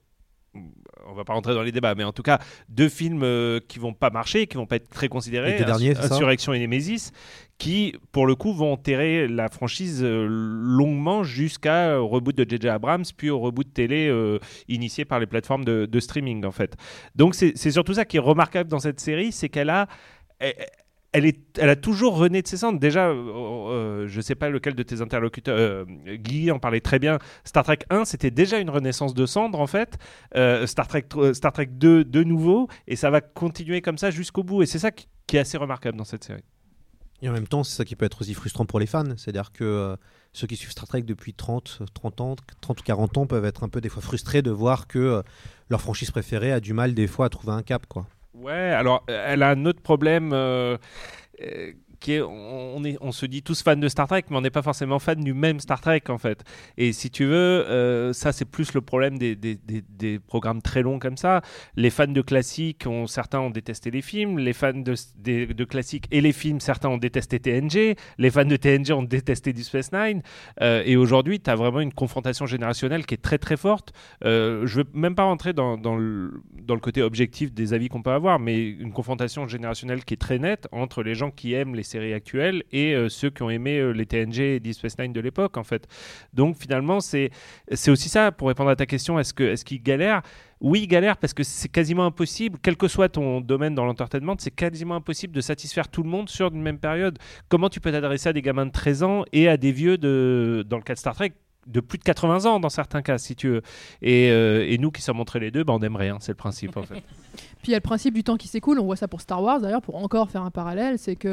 on va pas rentrer dans les débats, mais en tout cas, deux films euh, qui vont pas marcher, qui vont pas être très considérés. Les deux derniers, c'est ça ? Insurrection et Nemesis, qui, pour le coup, vont enterrer la franchise euh, longuement jusqu'à euh, reboot de J J Abrams, puis au reboot télé euh, initié par les plateformes de, de streaming, en fait. Donc, c'est, c'est surtout ça qui est remarquable dans cette série, c'est qu'elle a... Elle, Elle, est, elle a toujours rené de ses cendres. Déjà, euh, euh, je ne sais pas lequel de tes interlocuteurs, euh, Guy en parlait très bien, Star Trek un, c'était déjà une renaissance de cendres, en fait. Euh, Star Trek, Star Trek deux, de nouveau, et ça va continuer comme ça jusqu'au bout. Et c'est ça qui, qui est assez remarquable dans cette série. Et en même temps, c'est ça qui peut être aussi frustrant pour les fans. C'est-à-dire que euh, ceux qui suivent Star Trek depuis trente, trente ans, trente ou quarante ans peuvent être un peu des fois frustrés de voir que euh, leur franchise préférée a du mal des fois à trouver un cap, quoi. Ouais, alors elle a un autre problème euh, euh, qui est, on, est, on se dit tous fans de Star Trek, mais on n'est pas forcément fan du même Star Trek en fait. Et si tu veux, euh, ça c'est plus le problème des, des, des, des programmes très longs comme ça. Les fans de classiques, ont, certains ont détesté les films. Les fans de, de, de classiques et les films, certains ont détesté T N G. Les fans de T N G ont détesté Deep Space Nine. Euh, et aujourd'hui, tu as vraiment une confrontation générationnelle qui est très très forte. Euh, je ne veux même pas rentrer dans, dans, le, dans le côté objectif des avis qu'on peut avoir, mais une confrontation générationnelle qui est très nette entre les gens qui aiment les séries actuelles et euh, ceux qui ont aimé euh, les T N G et Deep Space Nine de l'époque en fait. Donc finalement c'est, c'est aussi ça, pour répondre à ta question, est-ce, que, est-ce qu'ils galèrent ? Oui, ils galèrent parce que c'est quasiment impossible, quel que soit ton domaine dans l'entertainment, c'est quasiment impossible de satisfaire tout le monde sur une même période. Comment tu peux t'adresser à des gamins de treize ans et à des vieux, de, dans le cas de Star Trek, de plus de quatre-vingts ans dans certains cas, si tu veux. Et, euh, et nous qui sommes entre les deux, bah, on aime rien, c'est le principe en fait. Puis il y a le principe du temps qui s'écoule, on voit ça pour Star Wars d'ailleurs, pour encore faire un parallèle, c'est que,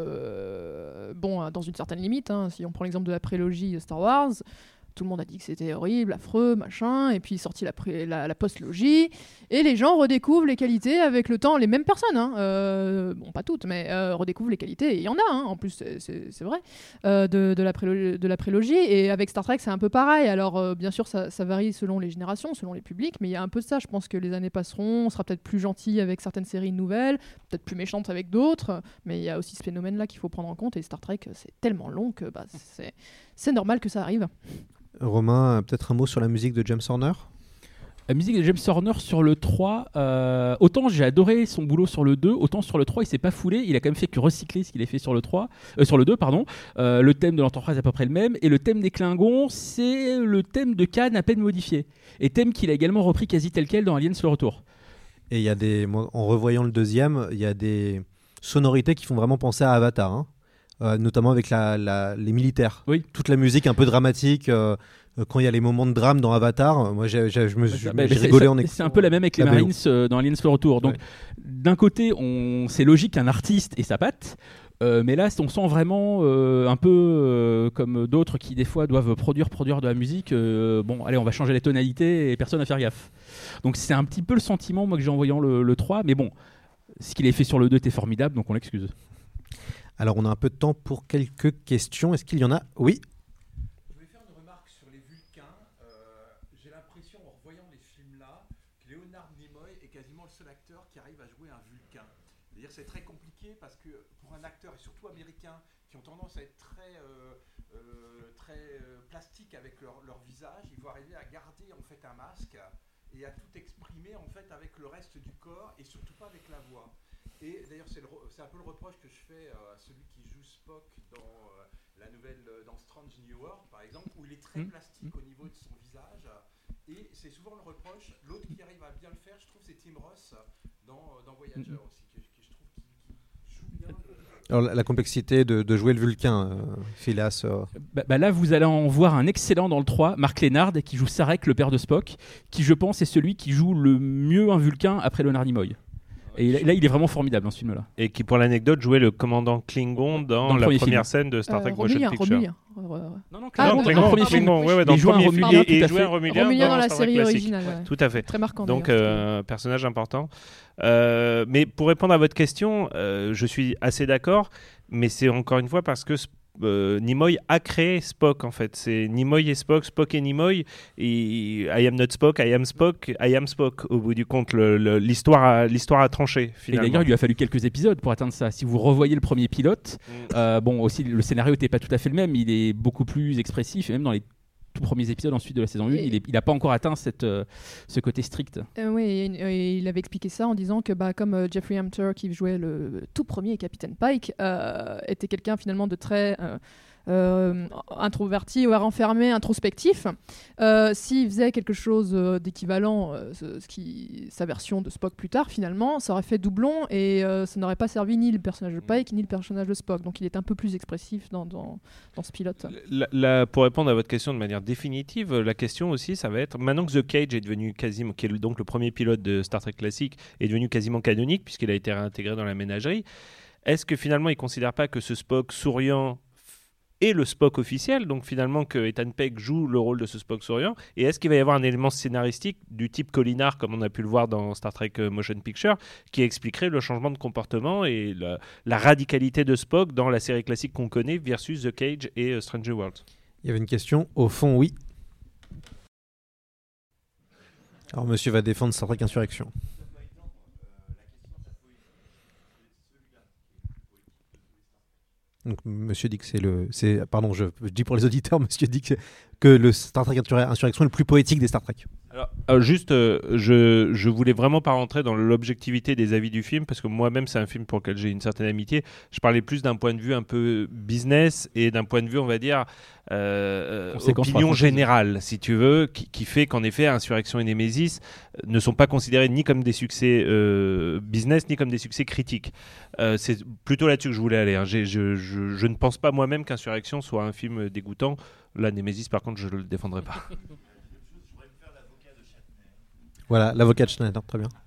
euh, bon, dans une certaine limite, hein, si on prend l'exemple de la prélogie Star Wars, tout le monde a dit que c'était horrible, affreux, machin, et puis est sorti la, pré- la, la post-logie, et les gens redécouvrent les qualités avec le temps, les mêmes personnes, hein, euh, bon pas toutes, mais euh, redécouvrent les qualités, et il y en a, hein, en plus c'est, c'est, c'est vrai, euh, de, de, la prélo- de la prélogie, et avec Star Trek c'est un peu pareil, alors euh, bien sûr ça, ça varie selon les générations, selon les publics, mais il y a un peu de ça, je pense que les années passeront, on sera peut-être plus gentil avec certaines séries nouvelles, peut-être plus méchante avec d'autres, mais il y a aussi ce phénomène-là qu'il faut prendre en compte, et Star Trek c'est tellement long que bah, c'est, c'est normal que ça arrive. Romain, peut-être un mot sur la musique de James Horner ? La musique de James Horner sur le trois, euh, autant j'ai adoré son boulot sur le deux, autant sur le trois il s'est pas foulé, il a quand même fait que recycler ce qu'il a fait sur le trois, euh, sur le deux pardon. Euh, le thème de l'Enterprise est à peu près le même, et le thème des Klingons c'est le thème de Khan à peine modifié, et thème qu'il a également repris quasi tel quel dans Aliens le Retour. Et il y a des, moi, en revoyant le deuxième, il y a des sonorités qui font vraiment penser à Avatar, hein. Euh, notamment avec la, la, les militaires. Oui. Toute la musique un peu dramatique. Euh, quand il y a les moments de drame dans Avatar, moi j'ai, j'ai, je me, je, bah, j'ai rigolé ça, en écoutant. C'est un peu la même avec les Marines euh, dans Aliens le Retour. Donc, ouais. D'un côté, on, c'est logique qu'un artiste ait sa patte. Euh, mais là, on sent vraiment euh, un peu euh, comme d'autres qui des fois doivent produire, produire de la musique. Euh, bon, allez, on va changer les tonalités et personne à faire gaffe. Donc c'est un petit peu le sentiment moi que j'ai en voyant le, le trois. Mais bon, Ce qu'il avait fait sur le deux était formidable, donc on l'excuse. Alors, on a un peu de temps pour quelques questions. Est-ce qu'il y en a ? Oui. Je voulais faire une remarque sur les Vulcains. Euh, j'ai l'impression, en revoyant les films-là, que Leonard Nimoy est quasiment le seul acteur qui arrive à jouer un Vulcain. C'est-à-dire c'est très compliqué parce que pour un acteur, et surtout américain, qui ont tendance à être très, euh, euh, très euh, plastiques avec leur, leur visage, il faut arriver à garder en fait un masque et à tout exprimer en fait avec le reste du corps et surtout pas avec la voix. Et d'ailleurs, c'est, le, c'est un peu le reproche que je fais à celui qui joue Spock dans euh, la nouvelle, dans Strange New World, par exemple, où il est très mmh. plastique au niveau de son visage. Et c'est souvent le reproche. L'autre qui arrive à bien le faire, je trouve, c'est Tim Roth dans, dans Voyager mmh. aussi, que, que je trouve qui, qui joue bien. Alors, la, la complexité de, de jouer le Vulcain, euh, Phileas. Euh... Bah, bah là, vous allez en voir un excellent dans le trois, Mark Lenard, qui joue Sarek, le père de Spock, qui, je pense, est celui qui joue le mieux un Vulcain après Leonard Nimoy. Et là, il est vraiment formidable dans ce film-là. Et qui, pour l'anecdote, jouait le commandant Klingon dans, dans la première film. scène de Star Trek euh, Motion Picture. Romulien. Non, non, Klingon, ah, non, Klingon, dans le premier film. Ouais, ouais, dans il le joue un Romulien et, et jouait un Romulien, Romulien dans, dans la Star série Trek originale. Ouais. Ouais. Tout à fait. Très marquant. Donc, euh, personnage important. Euh, mais pour répondre à votre question, euh, je suis assez d'accord, mais c'est encore une fois parce que Euh, Nimoy a créé Spock en fait. C'est Nimoy et Spock, Spock et Nimoy. Et I am not Spock, I am Spock, I am Spock. Au bout du compte, le, le, l'histoire, a, l'histoire a tranché. Finalement. Et d'ailleurs, il lui a fallu quelques épisodes pour atteindre ça. Si vous revoyez le premier pilote, mm. euh, bon aussi le scénario n'était pas tout à fait le même. Il est beaucoup plus expressif et même dans les tout premiers épisodes ensuite de la saison et... un, il n'a pas encore atteint cette, euh, ce côté strict. Euh, oui, et, et il avait expliqué ça en disant que bah, comme euh, Jeffrey Hunter, qui jouait le tout premier Capitaine Pike, euh, était quelqu'un finalement de très euh, euh, introverti ou renfermé, introspectif, euh, s'il faisait quelque chose euh, d'équivalent, euh, ce, ce qui, sa version de Spock plus tard, finalement, ça aurait fait doublon et euh, ça n'aurait pas servi ni le personnage de Pike ni le personnage de Spock. Donc il est un peu plus expressif dans, dans, dans ce pilote. La, la, pour répondre à votre question de manière définitive, la question aussi, ça va être, maintenant que The Cage est devenu quasiment, qui est donc le premier pilote de Star Trek classique, est devenu quasiment canonique puisqu'il a été réintégré dans la ménagerie, est-ce que finalement il ne considère pas que ce Spock souriant et le Spock officiel, donc finalement que Ethan Peck joue le rôle de ce Spock souriant, et est-ce qu'il va y avoir un élément scénaristique du type Collinard, comme on a pu le voir dans Star Trek Motion Picture, qui expliquerait le changement de comportement et la, la radicalité de Spock dans la série classique qu'on connaît versus The Cage et uh, Stranger Worlds. Il y avait une question, au fond oui. Alors monsieur va défendre Star Trek Insurrection. Donc, monsieur dit que c'est le, c'est, pardon, je, je dis pour les auditeurs, monsieur dit que, que le Star Trek Insurrection est le plus poétique des Star Trek. Alors, alors juste, euh, je, je voulais vraiment pas rentrer dans l'objectivité des avis du film parce que moi-même c'est un film pour lequel j'ai une certaine amitié. Je parlais plus d'un point de vue un peu business et d'un point de vue, on va dire, euh, opinion générale, si tu veux, qui, qui fait qu'en effet, Insurrection et Nemesis ne sont pas considérés ni comme des succès euh, business ni comme des succès critiques. Euh, c'est plutôt là-dessus que je voulais aller. Hein. J'ai, je, je, je ne pense pas moi-même qu'Insurrection soit un film dégoûtant. Là, Nemesis, par contre, je ne le défendrai pas. Voilà, l'avocat de Schneider, très bien.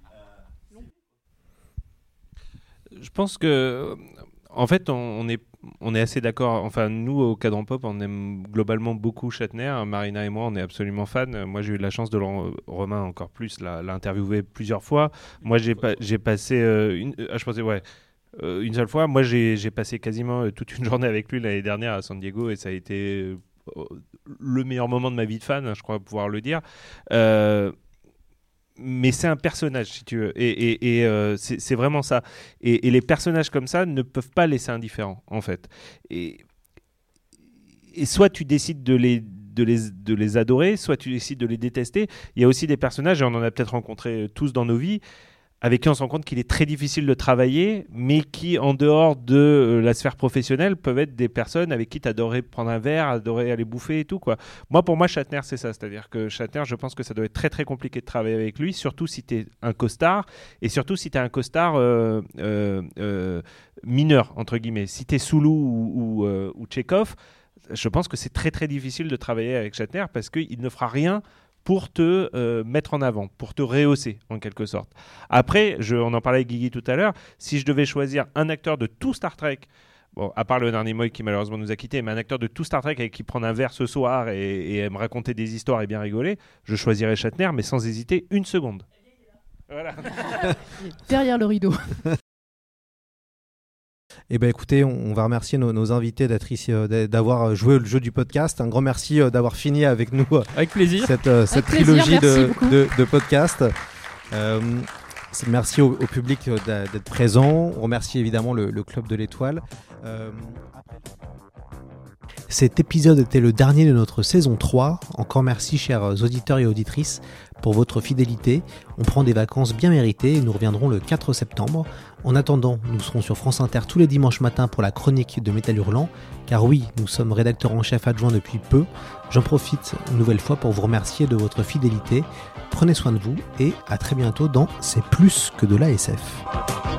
Je pense que, en fait, on, on, est, on est assez d'accord. Enfin, nous, au Cadran Pop, on aime globalement beaucoup Shatner. Marina et moi, on est absolument fans. Moi, j'ai eu la chance de le, Romain encore plus, l'a, l'a interviewé plusieurs fois. Moi, j'ai, pa- j'ai passé euh, une, ah, je pensais, ouais, euh, une seule fois. Moi, j'ai, j'ai passé quasiment euh, toute une journée avec lui l'année dernière à San Diego et ça a été euh, le meilleur moment de ma vie de fan, je crois pouvoir le dire. Euh, mais c'est un personnage, si tu veux, et, et, et euh, c'est, c'est vraiment ça. Et, et les personnages comme ça ne peuvent pas laisser indifférents, en fait. Et, et soit tu décides de les, de, les, de les adorer, soit tu décides de les détester. Il y a aussi des personnages, et on en a peut-être rencontré tous dans nos vies, avec qui on se rend compte qu'il est très difficile de travailler, mais qui, en dehors de euh, la sphère professionnelle, peuvent être des personnes avec qui tu adorais prendre un verre, adorais aller bouffer et tout, quoi. Moi, pour moi, Shatner, c'est ça. C'est-à-dire que Shatner, je pense que ça doit être très, très compliqué de travailler avec lui, surtout si tu es un costard, et surtout si tu es un costard euh, euh, euh, mineur, entre guillemets. Si tu es Soulou ou, ou, euh, ou Tchekhov, je pense que c'est très, très difficile de travailler avec Shatner parce qu'il ne fera rien pour te euh, mettre en avant, pour te rehausser en quelque sorte. Après, je, on en parlait avec Guigui tout à l'heure, si je devais choisir un acteur de tout Star Trek, bon, à part Leonard Nimoy qui malheureusement nous a quittés, mais un acteur de tout Star Trek avec qui prendre un verre ce soir et, et me raconter des histoires et bien rigoler, je choisirais Shatner, mais sans hésiter une seconde. Voilà. Derrière le rideau. Eh ben écoutez, on, on va remercier nos, nos invités d'être ici, euh, d'avoir joué le jeu du podcast. Un grand merci euh, d'avoir fini avec nous euh, avec plaisir. cette, euh, cette avec trilogie plaisir, de, de, de podcasts. Euh, merci au, au public euh, d'être présent. On remercie évidemment le, le Club de l'Étoile. Euh, Cet épisode était le dernier de notre saison trois. Encore merci, chers auditeurs et auditrices, pour votre fidélité. On prend des vacances bien méritées et nous reviendrons le quatre septembre. En attendant, nous serons sur France Inter tous les dimanches matins pour la chronique de Métal Hurlant. Car oui, nous sommes rédacteurs en chef adjoints depuis peu. J'en profite une nouvelle fois pour vous remercier de votre fidélité. Prenez soin de vous et à très bientôt dans C'est plus que de l'A S F.